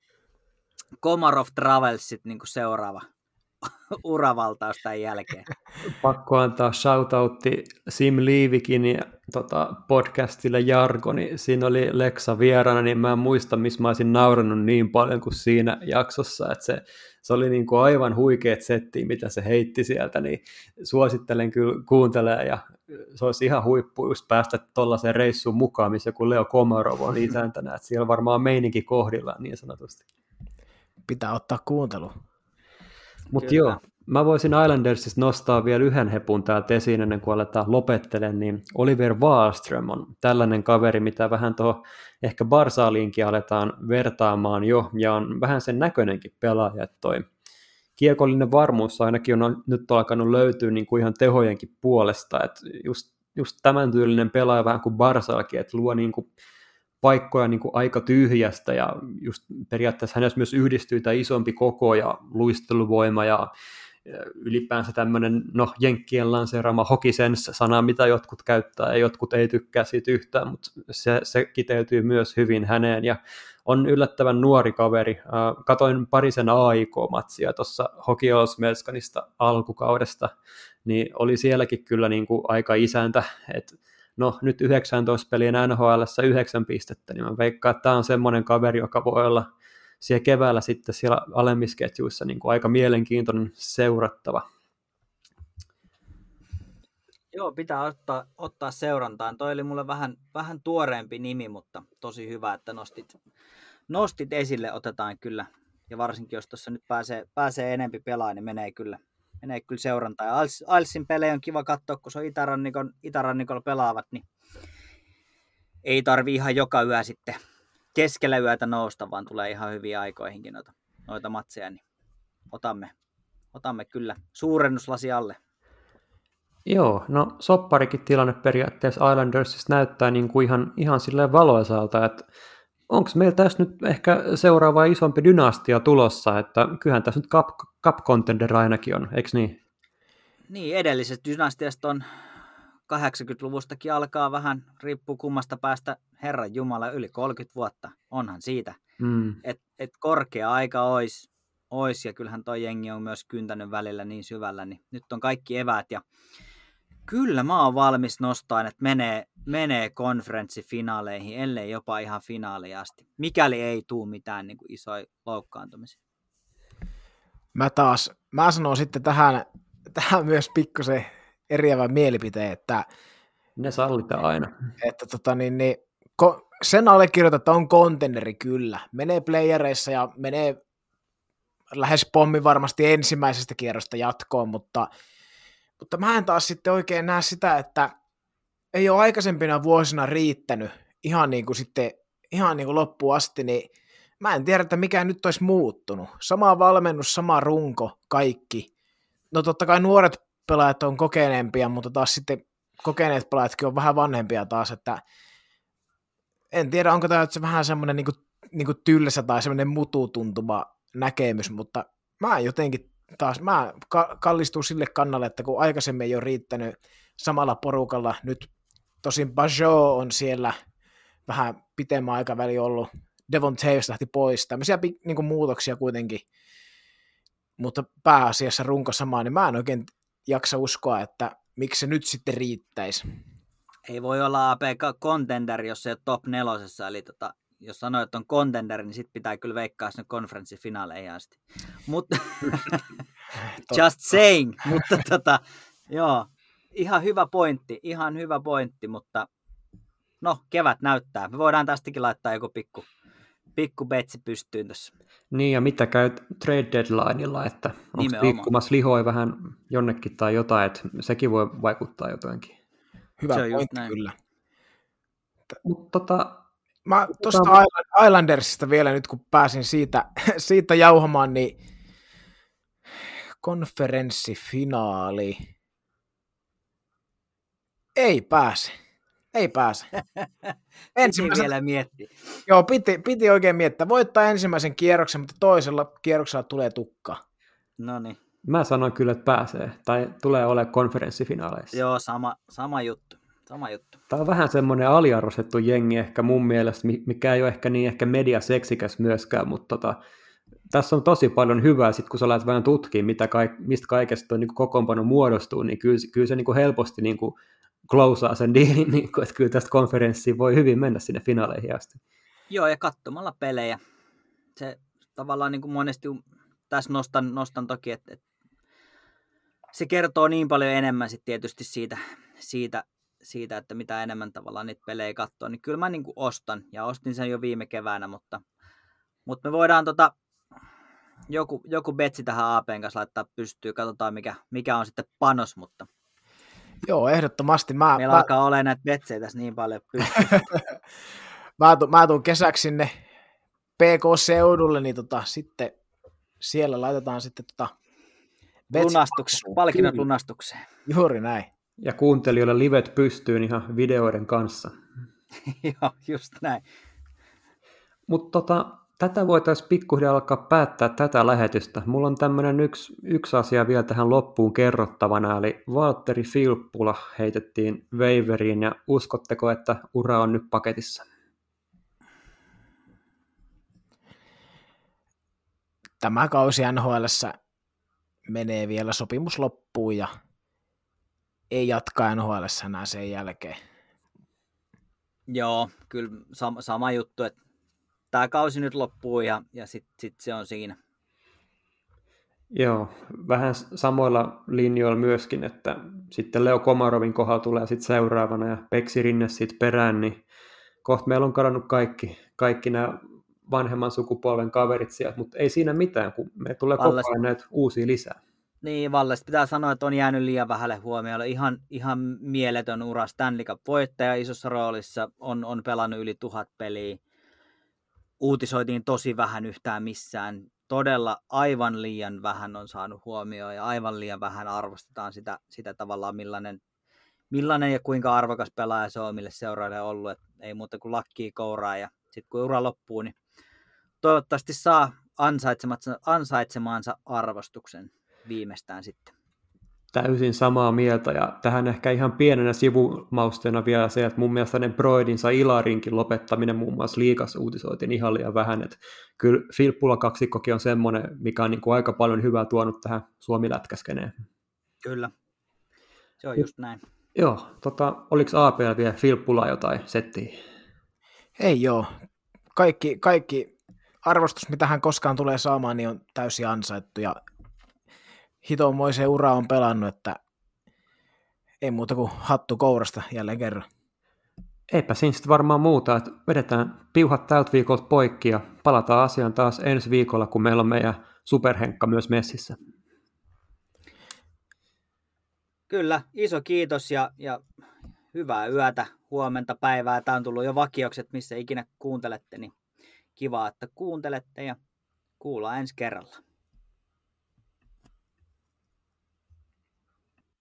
Komarov Travelsit niin kuin seuraava uravaltaus tämän jälkeen. Pakko antaa shoutoutti Sim Liivikin podcastille Jargoni. Siinä oli Lexa vieraana, niin mä en muista, missä mä olisin naurannut niin paljon kuin siinä jaksossa, että se oli niin kuin aivan huikeat settiä, mitä se heitti sieltä, niin suosittelen kyllä kuuntelemaan, ja se olisi ihan huippu just päästä tuollaiseen reissuun mukaan, missä joku Leo Komarov on isäntänä, että siellä varmaan meininki kohdillaan niin sanotusti. Pitää ottaa kuuntelu. Mutta joo, mä voisin Islandersista nostaa vielä yhden hepun täältä esiin ennen kuin aletaan lopettelemaan, niin Oliver Wahlström on tällainen kaveri, mitä vähän tuohon ehkä Barsaaliinkin aletaan vertaamaan jo, ja on vähän sen näköinenkin pelaaja, että toi kiekollinen varmuus ainakin on nyt alkanut löytyä niin kuin ihan tehojenkin puolesta, että just tämän tyylinen pelaaja vähän kuin Barsaalkin, että luo niin kuin paikkoja niin kuin aika tyhjästä, ja just periaatteessa hänessä myös yhdistyy tämä isompi koko ja luisteluvoima ja ylipäänsä tämmöinen, jenkkien lanseeraama hockey sense-sana, mitä jotkut käyttää ja jotkut ei tykkää siitä yhtään, mutta se kiteytyy myös hyvin häneen, ja on yllättävän nuori kaveri. Katoin parisen AIK-matsia tuossa Hockey Allsvenskanista alkukaudesta, niin oli sielläkin kyllä niin kuin aika isäntä, että nyt 19 pelien NHL:ssä 9 pistettä, niin mä veikkaan, että tämä on semmoinen kaveri, joka voi olla siellä keväällä sitten siellä alemmissa ketjuissa niin kuin aika mielenkiintoinen seurattava. Joo, pitää ottaa seurantaan. Toi oli mulle vähän tuoreempi nimi, mutta tosi hyvä, että nostit esille, otetaan kyllä. Ja varsinkin, jos tuossa nyt pääsee enempi pelaamaan, niin menee kyllä seurantaan. Ja Ailsin pelejä on kiva katsoa, kun se on itärannikolla pelaavat, niin ei tarvi ihan joka yö sitten keskellä yötä nousta, vaan tulee ihan hyviä aikoihinkin noita matseja, niin otamme kyllä suurennuslasi alle. Joo, sopparikin tilanne periaatteessa Islandersissa näyttää niin kuin ihan silleen valoisalta, että onko meillä tässä nyt ehkä seuraava isompi dynastia tulossa, että kyllähän tässä nyt cup contender ainakin on, eikö niin? Niin, edellisestä dynastiasta on 80-luvustakin alkaa vähän, riippuu kummasta päästä, Herran Jumala, yli 30 vuotta, onhan siitä. Et korkea aika olisi, ja kyllähän toi jengi on myös kyntänyt välillä niin syvällä, niin nyt on kaikki eväät, ja kyllä mä oon valmis nostamaan, että menee konferenssifinaaleihin, ellei jopa ihan finaaliin asti, mikäli ei tule mitään niin kuin isoja loukkaantumisia. Mä sanon sitten tähän myös pikkusen eriävä mielipiteen, että ne sallitaan aina. Että sen allekirjoitan, että on kontenderi kyllä. Menee playereissa ja menee lähes pommi varmasti ensimmäisestä kierrosta jatkoon, mutta mä en taas sitten oikein näe sitä, että ei ole aikaisempina vuosina riittänyt ihan niin kuin loppuun asti, niin mä en tiedä, että mikä nyt olisi muuttunut. Sama valmennus, sama runko, kaikki. No totta kai nuoret pelaajat on kokeneempia, mutta taas sitten kokeneet pelaajatkin on vähän vanhempia taas, että en tiedä, onko tämä vähän semmoinen niin kuin tylsä tai semmoinen mututuntuma näkemys, mutta mä jotenkin taas, mä kallistun sille kannalle, että kun aikaisemmin ei ole riittänyt samalla porukalla, nyt tosin Pajot on siellä vähän pitemmän aikavälin ollut. Devon Taves lähti pois. Tämmöisiä niin kuin muutoksia kuitenkin, mutta pääasiassa runko samaa, niin mä en oikein jaksa uskoa, että miksi se nyt sitten riittäisi. Ei voi olla AP contender, jos se ei ole top 4, eli jos sanoit, että on contender, niin sitten pitää kyllä veikkaa sinne konferenssifinaaleihin asti. Just saying, mutta joo, ihan hyvä pointti, mutta no, kevät näyttää. Me voidaan tästäkin laittaa joku pikku betsi pystyyn tässä. Niin, ja mitä käy trade deadlineilla, että onko liikkumassa lihoi vähän jonnekin tai jotain, että sekin voi vaikuttaa jotenkin. Hyvä pointti kyllä. Mutta mä tuosta Islandersista vielä nyt, kun pääsin siitä jauhamaan, niin konferenssifinaali ei pääse. Piti vielä miettiä. Joo, piti oikein miettiä. Voittaa ensimmäisen kierroksen, mutta toisella kierroksella tulee tukka. Noniin. Mä sanoin kyllä, että pääsee, tai tulee olemaan konferenssifinaaleissa. Joo, sama juttu. Tämä on vähän semmoinen aliarvostettu jengi ehkä mun mielestä, mikä ei ole ehkä mediaseksikäs myöskään, mutta tässä on tosi paljon hyvää, sit kun sä lähdet vähän tutkimaan, mistä kaikesta niin kokoonpano muodostuu, niin kyllä se niin helposti niin closeaa sen diilin, niin että kyllä tästä konferenssiin voi hyvin mennä sinne finaaleihin asti. Joo, ja katsomalla pelejä. Se tavallaan niin kuin monesti, tässä nostan toki, että se kertoo niin paljon enemmän sitten tietysti siitä, että mitä enemmän tavallaan niitä pelejä katsoo, niin kyllä mä niin kuin ostan, ja ostin sen jo viime keväänä, mutta me voidaan joku betsi tähän AP:n kanssa laittaa pystyyn, katsotaan mikä on sitten panos, mutta joo, ehdottomasti. Meillä alkaa olemaan näitä betsejä tässä niin paljon pystyyn. mä tuun kesäksi sinne PK-seudulle, niin sitten siellä laitetaan sitten palkinnot lunastukseen. Juuri näin. Ja kuuntelijoille livet pystyyn ihan videoiden kanssa. Joo, just näin. Mutta tätä voitaisiin pikkuhiljaa alkaa päättää tätä lähetystä. Mulla on tämmöinen yksi asia vielä tähän loppuun kerrottavana, eli Valtteri Filppula heitettiin waiveriin, ja uskotteko, että ura on nyt paketissa? Tämä kausi NHL:ssä menee vielä sopimus loppuun, ja ei jatka NHL:ssä enää sen jälkeen. Joo, kyllä sama juttu, että tämä kausi nyt loppuu ja sit se on siinä. Joo, vähän samoilla linjoilla myöskin, että sitten Leo Komarovin kohdalla tulee sitten seuraavana ja Peksi Rinne sitten perään, niin kohta meillä on kadonnut kaikki nämä vanhemman sukupolven kaverit sieltä, mutta ei siinä mitään, kun me tulee koko ajan näitä uusia lisää. Niin, Vallesta pitää sanoa, että on jäänyt liian vähälle huomioon. Ihan mieletön ura. Stanley Cup-voittaja isossa roolissa, on pelannut yli 1000 peliä. Uutisoitiin tosi vähän yhtään missään. Todella aivan liian vähän on saanut huomioon ja aivan liian vähän arvostetaan sitä tavallaan millainen ja kuinka arvokas pelaaja se on, mille seuraajalle on ollut. Et ei muuta kuin lakkii kouraa ja sitten kun ura loppuu, niin toivottavasti saa ansaitsemaansa arvostuksen viimeistään sitten. Täysin samaa mieltä, ja tähän ehkä ihan pienenä sivumausteena vielä se, että mun mielestä hänen Broidinsa Ilarinkin lopettaminen muun muassa liigassa uutisoitiin ihan liian vähän, että kyllä Filppula kaksikkokin on semmoinen, mikä on niin kuin aika paljon hyvää tuonut tähän Suomi-lätkäskeneen. Kyllä, se on just näin. Joo, oliko APL vielä Filppulaa jotain settiä? Ei joo, kaikki arvostus, mitä hän koskaan tulee saamaan, niin on täysin ansaittu, ja hitomoisen ura on pelannut, että ei muuta kuin hattu kourasta jälleen kerran. Eipä siinä sitten varmaan muuta, että vedetään piuhat tältä viikolta poikki ja palataan asiaan taas ensi viikolla, kun meillä on meidän superhenkka myös messissä. Kyllä, iso kiitos ja hyvää yötä, huomenta, päivää. Tämä on tullut jo vakiokset, missä ikinä kuuntelette, niin kiva, että kuuntelette ja kuullaan ensi kerralla.